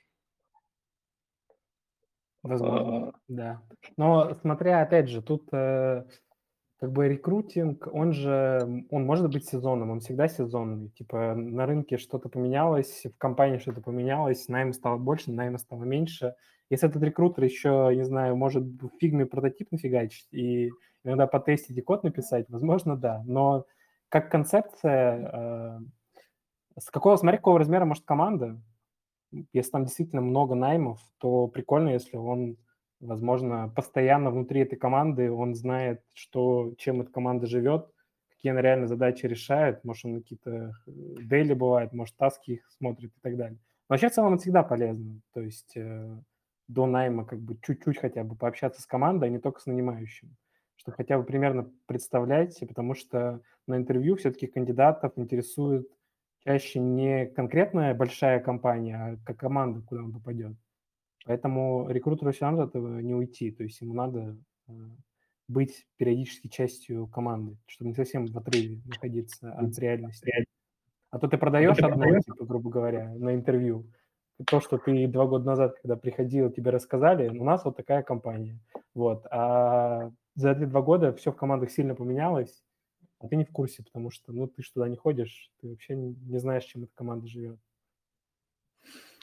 Возможно, да. Но смотря, опять же, тут как бы рекрутинг, он может быть сезонным, он всегда сезонный. Типа на рынке что-то поменялось, в компании что-то поменялось, найма стало больше, найма стало меньше. Если этот рекрутер еще, не знаю, может в фигме прототип нафигачить и иногда потестить и код написать, возможно, да. Но как концепция, смотри, какого размера может команда. Если там действительно много наймов, то прикольно, если он, возможно, постоянно внутри этой команды, он знает, чем эта команда живет, какие она реально задачи решает, может, он какие-то дейли бывает, может, таски их смотрит и так далее. Но вообще, в целом, это всегда полезно, то есть до найма как бы чуть-чуть хотя бы пообщаться с командой, а не только с нанимающим, чтобы хотя бы примерно представлять, потому что на интервью все-таки кандидатов интересует чаще не конкретная большая компания, а как команда, куда он попадет. Поэтому рекрутеру все равно от этого не уйти. То есть ему надо быть периодически частью команды, чтобы не совсем в отрыве находиться от реальности. А то ты продаешь одно, типа, грубо говоря, на интервью. То, что ты 2 года назад, когда приходил, тебе рассказали, у нас вот такая компания. Вот. А за эти 2 года все в командах сильно поменялось, а ты не в курсе, потому что, ну, ты ж туда не ходишь, ты вообще не знаешь, чем эта команда живет.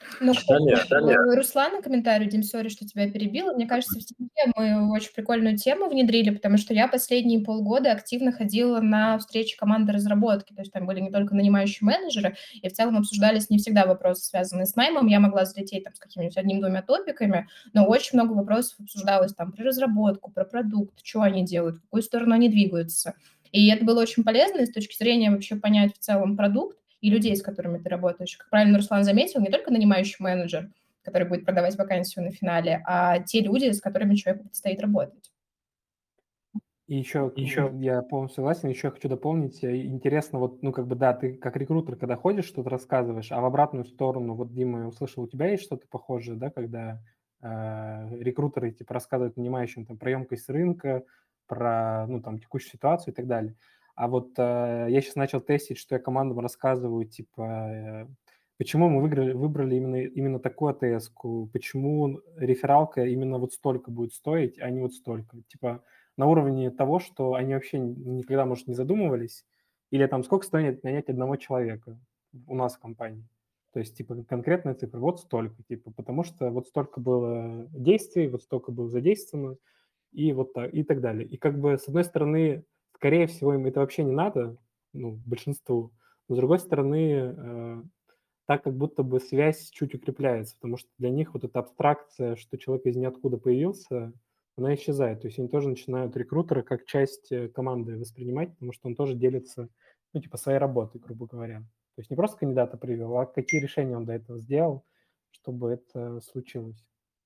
Ну, Читали? кстати, Руслана комментарий, Дим, сори, что тебя перебила. Мне кажется, в семье мы очень прикольную тему внедрили, потому что я последние полгода активно ходила на встречи команды разработки. То есть там были не только нанимающие менеджеры, и в целом обсуждались не всегда вопросы, связанные с наймом. Я могла залететь там с какими-нибудь одним-двумя топиками, но очень много вопросов обсуждалось там про разработку, про продукт, что они делают, в какую сторону они двигаются. И это было очень полезно и с точки зрения вообще понять в целом продукт и людей, с которыми ты работаешь. Как правильно Руслан заметил, не только нанимающий менеджер, который будет продавать вакансию на финале, а те люди, с которыми человеку предстоит работать. И еще я полностью согласен, еще я хочу дополнить. Интересно, вот, ну, как бы, да, ты как рекрутер, когда ходишь, что-то рассказываешь, а в обратную сторону, вот, Дима, я услышал, у тебя есть что-то похожее, да, когда рекрутеры, типа, рассказывают нанимающим там про емкость рынка, про, ну, там, текущую ситуацию и так далее. А вот я сейчас начал тестить, что я командам рассказываю, типа, почему мы выбрали именно такую АТС-ку, почему рефералка именно вот столько будет стоить, а не вот столько. Типа, на уровне того, что они вообще никогда, может, не задумывались, или там сколько стоит нанять одного человека у нас в компании. То есть, типа, конкретная цифра, вот столько, типа, потому что вот столько было действий, вот столько было задействовано, и вот так, и так далее. И как бы, с одной стороны, скорее всего, им это вообще не надо, ну, большинству, но с другой стороны, так как будто бы связь чуть укрепляется, потому что для них вот эта абстракция, что человек из ниоткуда появился, она исчезает. То есть они тоже начинают рекрутера как часть команды воспринимать, потому что он тоже делится, ну, типа, своей работой, грубо говоря. То есть не просто кандидата привел, а какие решения он до этого сделал, чтобы это случилось.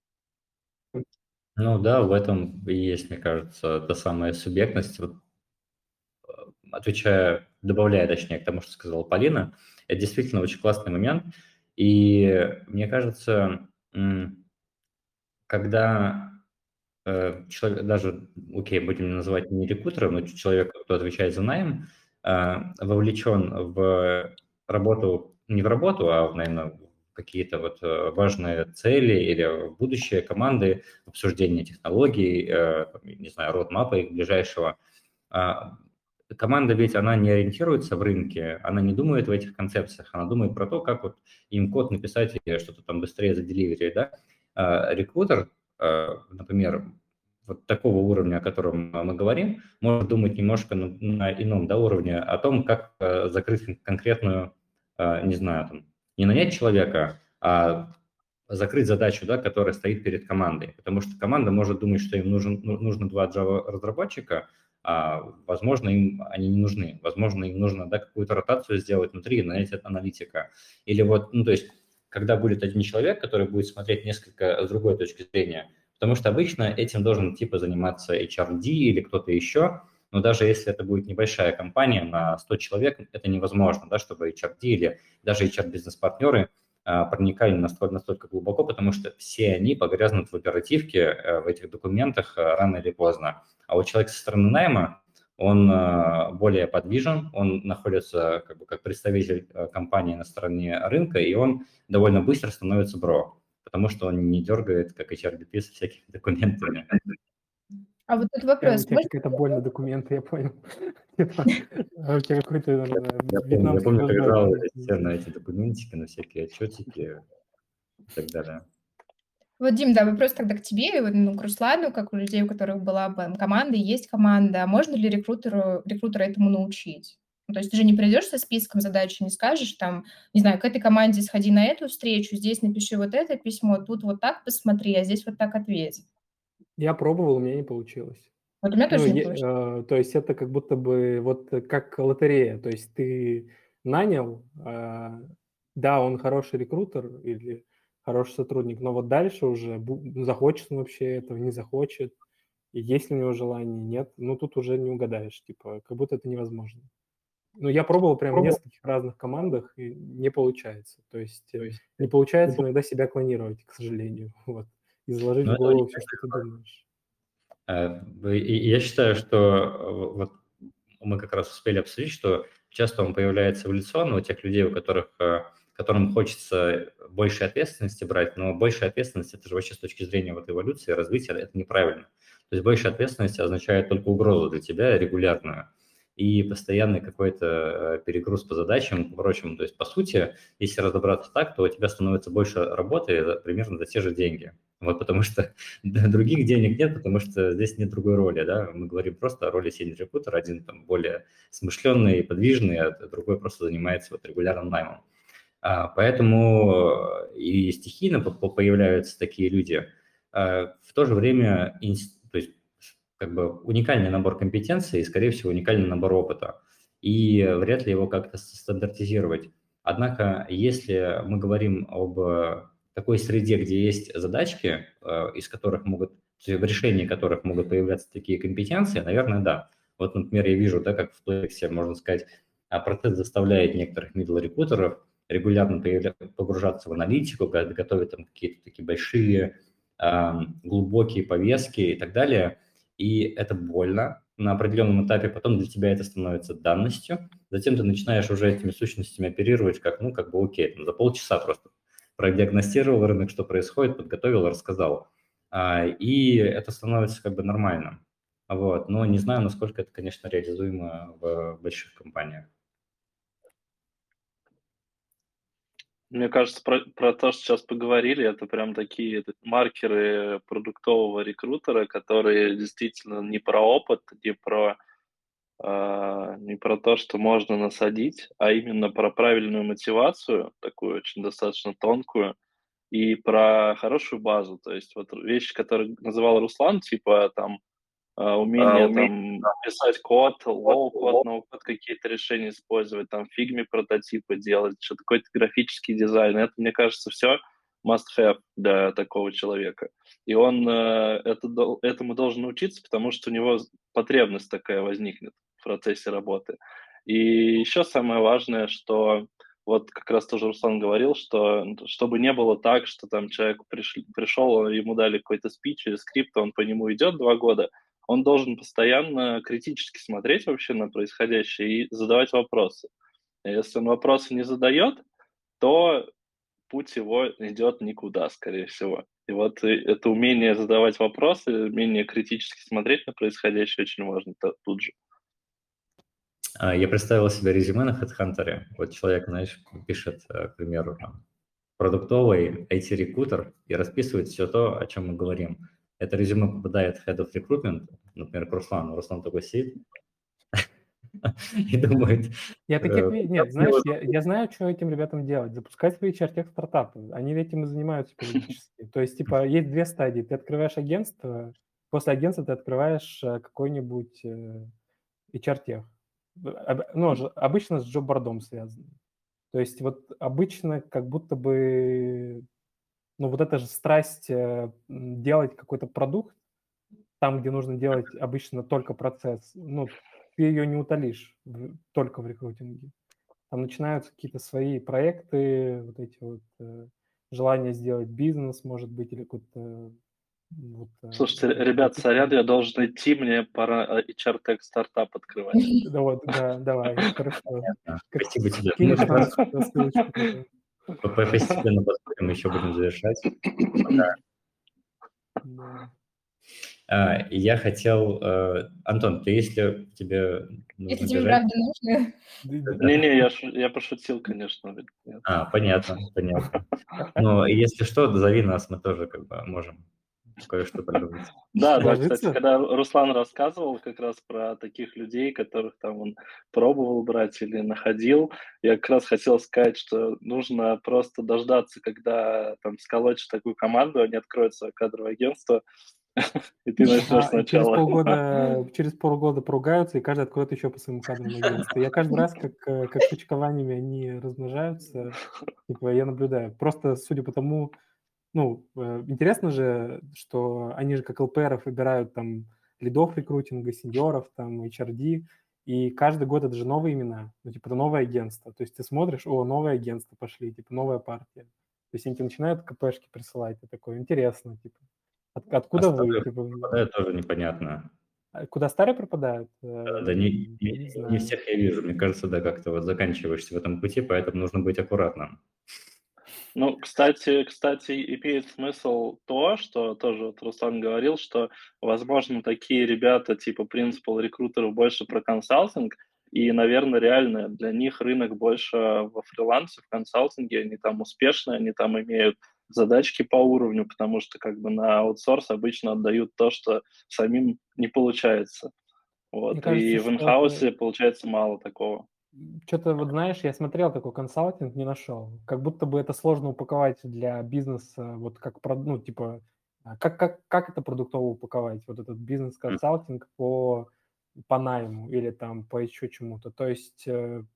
Ну да, в этом и есть, мне кажется, та самая субъектность. Вот, добавляя, точнее, к тому, что сказала Полина, это действительно очень классный момент. И мне кажется, когда человек, даже, окей, будем называть не рекрутером, но человек, кто отвечает за найм, вовлечен в работу, не в работу, а, наверное, какие-то вот важные цели или в будущее команды, обсуждение технологий, не знаю, родмапа их ближайшего. Команда ведь, она не ориентируется в рынке, она не думает в этих концепциях, она думает про то, как вот им код написать и что-то там быстрее заделиверить, да. Рекрутер, например, вот такого уровня, о котором мы говорим, может думать немножко на ином, да, уровне о том, как закрыть конкретную, не знаю, там, не нанять человека, а закрыть задачу, да, которая стоит перед командой. Потому что команда может думать, что им нужно 2 Java-разработчика, а, возможно, им они не нужны. Возможно, им нужно, да, какую-то ротацию сделать внутри и нанять аналитика. Или вот, ну, то есть, когда будет один человек, который будет смотреть несколько с другой точки зрения, потому что обычно этим должен типа заниматься HRD или кто-то еще, но даже если это будет небольшая компания на 100 человек, это невозможно, да, чтобы HRD или даже HR-бизнес-партнеры проникали настолько глубоко, потому что все они погрязнут в оперативке, в этих документах рано или поздно. А вот человек со стороны найма, он более подвижен, он находится как бы как представитель компании на стороне рынка, и он довольно быстро становится бро, потому что он не дергает, как HRBP, со всякими документами. А вот тут У вопрос. тебя какая-то боль на документы, я понял. У тебя какой-то Я вьетнамский помню, как флешбэк. жаловались все на эти документики, на всякие отчетики и так далее. Вот, Дим, да, вопрос тогда к тебе, к Руслану, как у людей, у которых была команда, есть команда. Можно ли рекрутера этому научить? Ну, то есть ты же не придешь со списком задач и не скажешь, там, не знаю, к этой команде сходи на эту встречу, здесь напиши вот это письмо, тут вот так посмотри, а здесь вот так ответь. Я пробовал, у меня не получилось. Вот у меня тоже не получилось. То есть это как будто бы вот как лотерея. То есть ты нанял, да, он хороший рекрутер или хороший сотрудник, но вот дальше уже захочет он вообще этого, не захочет, и есть ли у него желание, нет, ну тут уже не угадаешь, типа, как будто это невозможно. Ну, я пробовал прям в нескольких разных командах, и не получается. То есть не получается иногда себя клонировать, к сожалению, вот, и заложить в голову все, что ты думаешь. Я считаю, что вот мы как раз успели обсудить, что часто он появляется эволюционно у тех людей, которым хочется больше ответственности брать, но большая ответственность – это же вообще с точки зрения вот эволюции, развития, это неправильно. То есть большая ответственность означает только угрозу для тебя регулярную. и постоянный какой-то перегруз по задачам и прочему. То есть, по сути, если разобраться так, то у тебя становится больше работы примерно за те же деньги. Вот потому что других денег нет, потому что здесь нет другой роли, да. Мы говорим просто о роли senior recruiter, один там более смышленный и подвижный, а другой просто занимается вот регулярным наймом. Поэтому и стихийно появляются такие люди. В то же время, то есть, как бы уникальный набор компетенций и, скорее всего, уникальный набор опыта. И вряд ли его как-то стандартизировать. Однако, если мы говорим об такой среде, где есть задачки, из которых могут, в решении которых могут появляться такие компетенции, наверное, да. Вот, например, я вижу, да, как в Plex, можно сказать, процесс заставляет некоторых middle-рекрутеров регулярно погружаться в аналитику, готовить там какие-то такие большие, глубокие повестки и так далее. И это больно на определенном этапе, потом для тебя это становится данностью, затем ты начинаешь уже этими сущностями оперировать как, ну, как бы окей, там, за полчаса просто продиагностировал рынок, что происходит, подготовил, рассказал. И это становится как бы нормальным. Вот. Но не знаю, насколько это, конечно, реализуемо в больших компаниях. Мне кажется, про то, что сейчас поговорили, это прям такие маркеры продуктового рекрутера, которые действительно не про опыт, не про то, что можно насадить, а именно про правильную мотивацию, такую очень достаточно тонкую, и про хорошую базу. То есть вот вещи, которые называл Руслан, типа там умение там писать код, low-код, no-код, какие-то решения использовать, там в Figma прототипы делать, что-то какой-то графический дизайн. Это, мне кажется, все must-have для такого человека. И он этому должен научиться, потому что у него потребность такая возникнет в процессе работы. И еще самое важное, что вот как раз тоже Руслан говорил, что чтобы не было так, что там человек пришел, ему дали какой-то спич или скрипт, он по нему идет 2 года, он должен постоянно критически смотреть вообще на происходящее и задавать вопросы. Если он вопросы не задает, то путь его идет никуда, скорее всего. И вот это умение задавать вопросы, умение критически смотреть на происходящее очень важно тут же. Я представил себе резюме на HeadHunter. Вот человек, знаешь, пишет, к примеру, там, продуктовый IT-рекрутер и расписывает все то, о чем мы говорим. Это резюме попадает в Head of Recruitment, например, к Руслану. Руслан такой сидит и думает... Я таких... Нет, знаешь, я знаю, что этим ребятам делать. Запускать свои HR-тех стартапы. Они этим и занимаются периодически. То есть, типа, есть 2 стадии. Ты открываешь агентство, после агентства ты открываешь какой-нибудь HR-тех. Ну, обычно с джоб-бордом связано. То есть вот обычно как будто бы, ну, вот эта же страсть делать какой-то продукт, там, где нужно делать обычно только процесс, ну, ты ее не утолишь только в рекрутинге. Там начинаются какие-то свои проекты, вот эти вот желания сделать бизнес, может быть, или какой-то... Вот, слушайте, ребят, сорян, я должен идти, мне пора HR-тег стартап открывать. Да, давай, хорошо. Спасибо тебе. Кинешь нам ссылочку. Постепенно посмотрим, еще будем завершать. Я хотел... Антон, ты, если тебе нужно Если тебе бежать... правда нужно. Не-не, я пошутил, конечно. Понятно. Но если что, зови нас, мы тоже как бы можем кое-что придумать. Да, кстати, когда Руслан рассказывал как раз про таких людей, которых там он пробовал брать или находил, я как раз хотел сказать, что нужно просто дождаться, когда там сколотишь такую команду, они откроют свое кадровое агентство, и ты начнешь сначала. Через полгода поругаются, и каждый откроет еще по своему кадровому агентству. Я каждый раз, как почкованиями они размножаются, типа, я наблюдаю. Просто судя по тому, ну, интересно же, что они же как ЛПРов выбирают там лидов рекрутинга, сеньоров, там, HRD, и каждый год это же новые имена, ну, типа, это новое агентство. То есть ты смотришь, новое агентство пошли, типа, новая партия. То есть они тебе начинают КПшки присылать, и такое, интересно, типа. Откуда вы? Пропадают тоже непонятно. Куда старые пропадают? Да, не всех я вижу. Мне кажется, да, как-то вот заканчиваешься в этом пути, поэтому нужно быть аккуратным. Ну, кстати, имеет смысл то, что тоже вот Руслан говорил, что, возможно, такие ребята типа принципал рекрутеров больше про консалтинг, и, наверное, реально для них рынок больше во фрилансе, в консалтинге, они там успешны, они там имеют задачки по уровню, потому что как бы на аутсорс обычно отдают то, что самим не получается. Мне Вот. кажется, И в что это инхаусе получается мало такого. что-то, вот знаешь, я смотрел такой консалтинг, не нашел. Как будто бы это сложно упаковать для бизнеса, вот как, ну, типа, как это продуктово упаковать, вот этот бизнес-консалтинг по найму или там по еще чему-то. То есть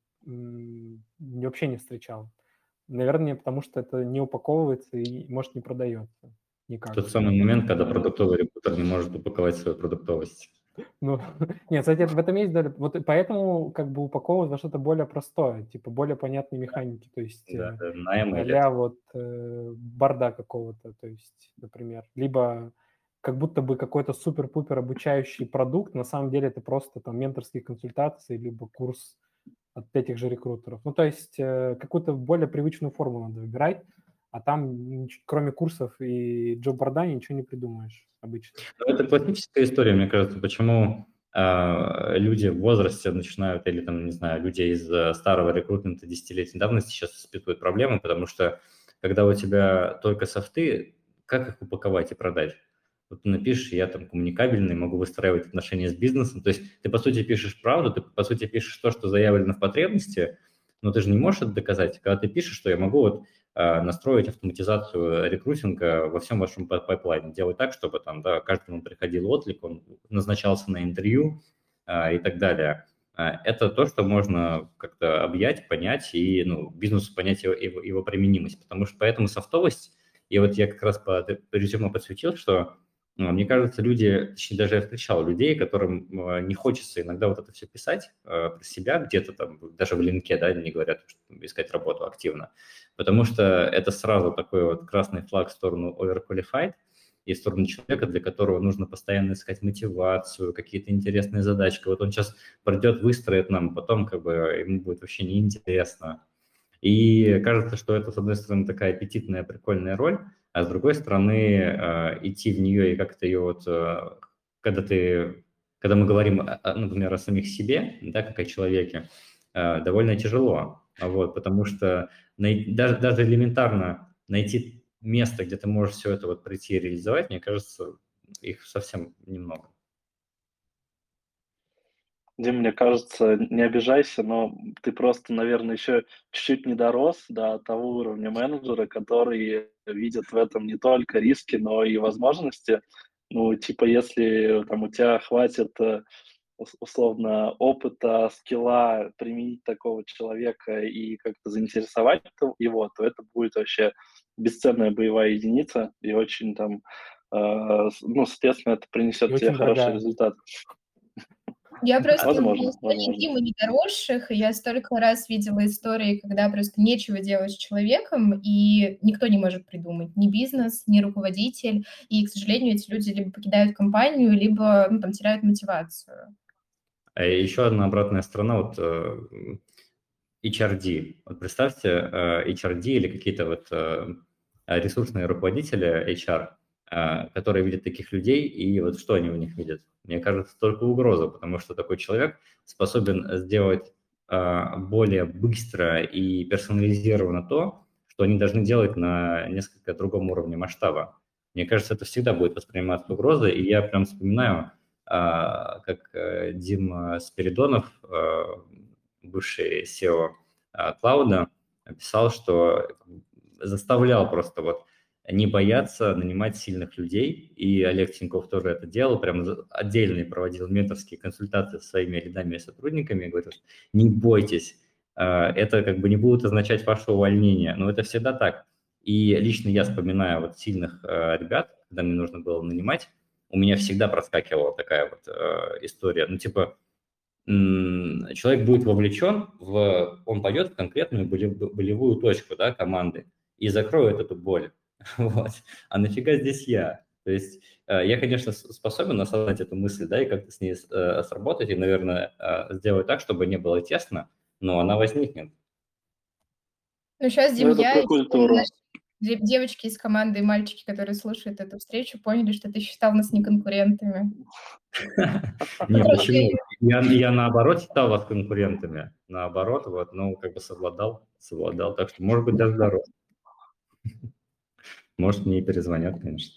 вообще не встречал. Наверное, потому что это не упаковывается и, может, не продается никак. Тот самый момент, когда продуктовый рекрутер не может упаковать свою продуктовость. Ну, нет, кстати, в этом есть доля. Вот и поэтому как бы упаковывать во что-то более простое, типа более понятной механики, то есть Да, найм или а-ля вот борда какого-то, то есть, например, либо как будто бы какой-то супер-пупер обучающий продукт, на самом деле это просто там менторские консультации, либо курс от этих же рекрутеров. Ну, то есть какую-то более привычную форму надо выбирать, а там кроме курсов и джоб-борда ничего не придумаешь обычно. Это классическая история, мне кажется, почему люди в возрасте начинают, или там, не знаю, люди из старого рекрутмента десятилетней давности сейчас испытывают проблемы, потому что когда у тебя только софты, как их упаковать и продать? Вот ты напишешь, я там коммуникабельный, могу выстраивать отношения с бизнесом. То есть ты, по сути, пишешь правду, ты, по сути, пишешь то, что заявлено в потребности, но ты же не можешь это доказать. Когда ты пишешь, что я могу вот настроить автоматизацию рекрутинга во всем вашем пайплайне, делать так, чтобы там, да, каждому приходил отклик, он назначался на интервью и так далее. Это то, что можно как-то объять, понять и бизнесу понять его применимость. Потому что поэтому софтовость, и вот я как раз по резюме подсветил, что мне кажется, люди, точнее, даже я встречал людей, которым не хочется иногда вот это все писать про себя где-то там, даже в линке, да, не говорят, что искать работу активно, потому что это сразу такой вот красный флаг в сторону overqualified и в сторону человека, для которого нужно постоянно искать мотивацию, какие-то интересные задачки. Вот он сейчас придет, выстроит нам, потом как бы ему будет вообще неинтересно. И кажется, что это, с одной стороны, такая аппетитная, прикольная роль, а с другой стороны, идти в нее и как-то ее вот, когда мы говорим, например, о самих себе, да, как о человеке, довольно тяжело, вот, потому что даже элементарно найти место, где ты можешь все это вот прийти и реализовать, мне кажется, их совсем немного. Дим, мне кажется, не обижайся, но ты просто, наверное, еще чуть-чуть не дорос до того уровня менеджера, который видит в этом не только риски, но и возможности. Ну, типа, если там у тебя хватит условно опыта, скилла применить такого человека и как-то заинтересовать его, то это будет вообще бесценная боевая единица и очень там, соответственно, это принесет И тебе очень хороший дорогая. результат. Я просто Возможно. Димы недоросших, и я столько раз видела истории, когда просто нечего делать с человеком, и никто не может придумать. Ни бизнес, ни руководитель. И, к сожалению, эти люди либо покидают компанию, либо там теряют мотивацию. А еще одна обратная сторона, вот HRD. Вот представьте, HRD или какие-то вот ресурсные руководители HR, которые видят таких людей, и вот что они в них видят? Мне кажется, только угрозу, потому что такой человек способен сделать более быстро и персонализированно то, что они должны делать на несколько другом уровне масштаба. Мне кажется, это всегда будет восприниматься угрозой, и я прям вспоминаю, как Дима Спиридонов, бывший SEO Клауда, писал, что заставлял просто вот не бояться нанимать сильных людей, и Олег Тиньков тоже это делал, прям отдельно проводил менторские консультации со своими рядовыми сотрудниками, говорил, не бойтесь, это как бы не будет означать ваше увольнение, но это всегда так. И лично я вспоминаю вот сильных ребят, когда мне нужно было нанимать, у меня всегда проскакивала такая вот история, ну типа, человек будет вовлечен, он пойдет в конкретную болевую точку, да, команды и закроет эту боль. Вот. А нафига здесь я? То есть я, конечно, способен осознать эту мысль, да, и как-то с ней сработать, и, наверное, сделать так, чтобы не было тесно, но она возникнет. Ну, сейчас, Дим, Это я про из культуру. девочки из команды и мальчики, которые слушают эту встречу, поняли, что ты считал нас не конкурентами. Нет, почему? Я наоборот считал вас конкурентами. Наоборот, вот, ну, как бы совладал. Так что, может быть, даже здоров. Может, мне и перезвонят, конечно.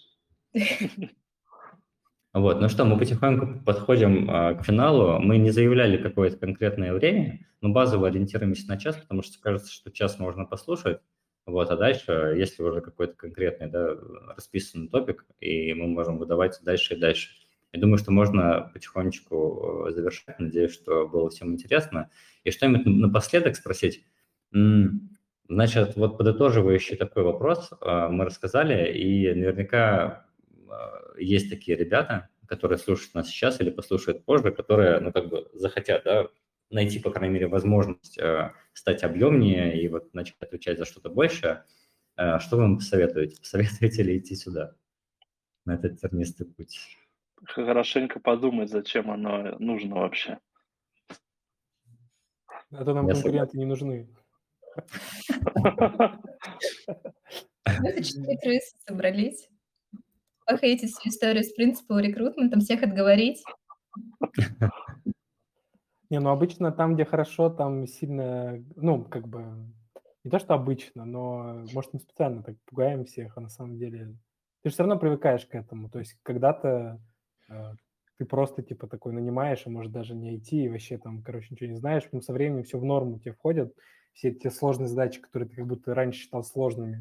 Вот, ну что, мы потихоньку подходим к финалу. Мы не заявляли какое-то конкретное время, но базово ориентируемся на час, потому что кажется, что час можно послушать. Вот, а дальше, если уже какой-то конкретный, да, расписанный топик, и мы можем выдавать дальше и дальше. Я думаю, что можно потихонечку завершать. Надеюсь, что было всем интересно. И что-нибудь напоследок спросить. Значит, вот подытоживающий такой вопрос мы рассказали, и наверняка есть такие ребята, которые слушают нас сейчас или послушают позже, которые, ну, как бы захотят, да, найти, по крайней мере, возможность стать объемнее и вот начать отвечать за что-то большее. Что вы им посоветуете? Посоветуете ли идти сюда, на этот тернистый путь? Хорошенько подумать, зачем оно нужно вообще. А то нам Я конкуренты не нужны. Это 4 крысы собрались. Похейтить всю историю с принципом рекрутментом, всех отговорить. Не, ну обычно там, где хорошо, там сильно, ну, как бы, не то, что обычно, но, может, мы специально так пугаем всех, а на самом деле ты же все равно привыкаешь к этому. То есть когда-то ты просто, типа, такой нанимаешь, а может даже не IT, и вообще там, короче, ничего не знаешь, потом со временем все в норму тебе входят, все те сложные задачи, которые ты как будто раньше считал сложными.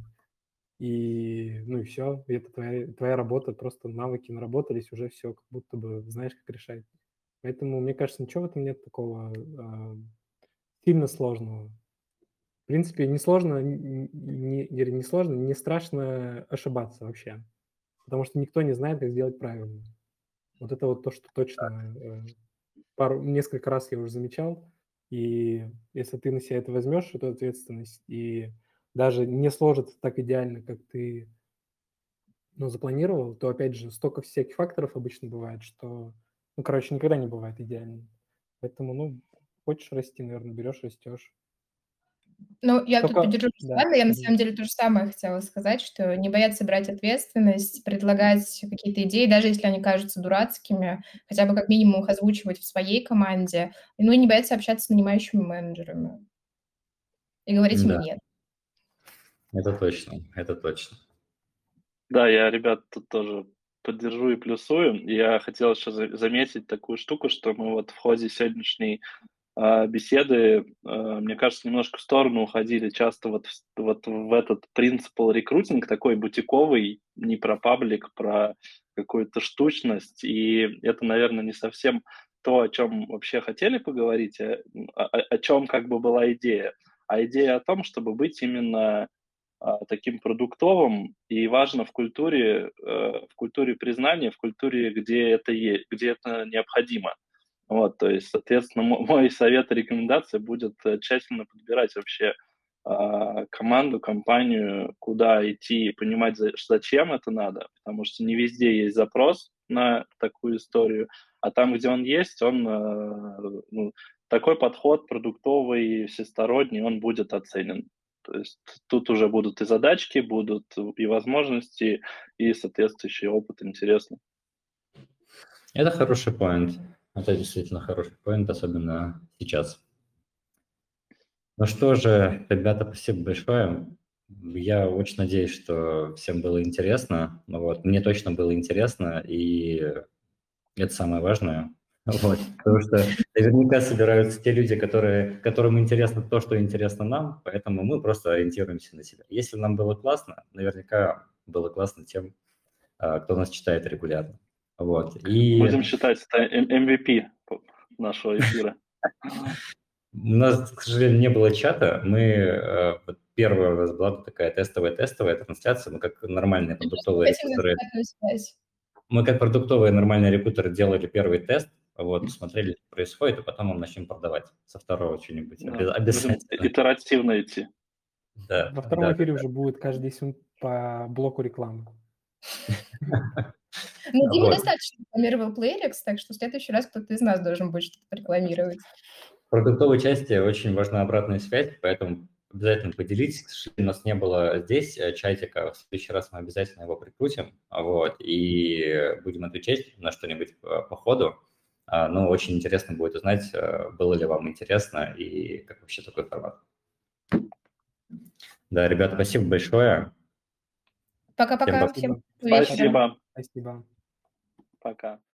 И, ну и все, это твоя работа, просто навыки наработались, уже все, как будто бы знаешь, как решать. Поэтому, мне кажется, ничего в этом нет такого сильно сложного. В принципе, не сложно, не сложно, не страшно ошибаться вообще, потому что никто не знает, как сделать правильно. Вот это вот то, что точно несколько раз я уже замечал, и если ты на себя это возьмешь, эту ответственность, и даже не сложится так идеально, как ты запланировал, то, опять же, столько всяких факторов обычно бывает, что, ну, короче, никогда не бывает идеально. Поэтому, ну, хочешь расти, наверное, берешь, растешь. Ну, я тут Только- поддержу да. Руслана. Я на самом деле то же самое хотела сказать, что не бояться брать ответственность, предлагать какие-то идеи, даже если они кажутся дурацкими, хотя бы как минимум их озвучивать в своей команде, ну и не бояться общаться с нанимающими менеджерами и говорить им Да, «нет». это точно, это точно. Да, я, ребят, тут тоже поддержу и плюсую. Я хотел еще заметить такую штуку, что мы вот в ходе сегодняшней беседы, мне кажется, немножко в сторону уходили часто вот в этот принципал рекрутинг, такой бутиковый, не про паблик, про какую-то штучность. И это, наверное, не совсем то, о чем вообще хотели поговорить, о чем как бы была идея. А идея о том, чтобы быть именно таким продуктовым, и важно в культуре признания, в культуре, где это есть, где это необходимо. Вот, то есть, соответственно, мой совет и рекомендация будет тщательно подбирать вообще команду, компанию, куда идти, и понимать, зачем это надо, потому что не везде есть запрос на такую историю, а там, где он есть, он такой подход продуктовый, всесторонний, он будет оценен. То есть тут уже будут и задачки, будут и возможности, и соответствующий опыт интересный. Это хороший поинт. Это действительно хороший поинт, особенно сейчас. Ну что же, ребята, спасибо большое. Я очень надеюсь, что всем было интересно. Вот. Мне точно было интересно, и это самое важное. Вот. Потому что наверняка собираются те люди, которым интересно то, что интересно нам, поэтому мы просто ориентируемся на себя. Если нам было классно, наверняка было классно тем, кто нас читает регулярно. Вот. И Будем считать это MVP нашего эфира. у нас, к сожалению, не было чата. Мы первая у нас была такая тестовая трансляция. Мы как нормальные продуктовые рекрутеры. Мы как продуктовые нормальные рекрутеры делали первый тест, вот, смотрели, что происходит, и потом мы начнем продавать со второго что-нибудь. Да. Обязательно. Будем итеративно идти. Да, Во втором да, эфире да. уже будет каждый 10 минут по блоку рекламы. Ну, Дима Вот. достаточно рекламировал Playrix, так что в следующий раз кто-то из нас должен будет что-то рекламировать. В продуктовой части очень важна обратная связь, поэтому обязательно поделитесь. К сожалению, у нас не было здесь чатика. В следующий раз мы обязательно его прикрутим, вот, и будем отвечать на что-нибудь по ходу. Но очень интересно будет узнать, было ли вам интересно и как вообще такой формат. Да, ребята, спасибо большое. Пока-пока. Всем Всем вечера. Спасибо. Спасибо. Пока.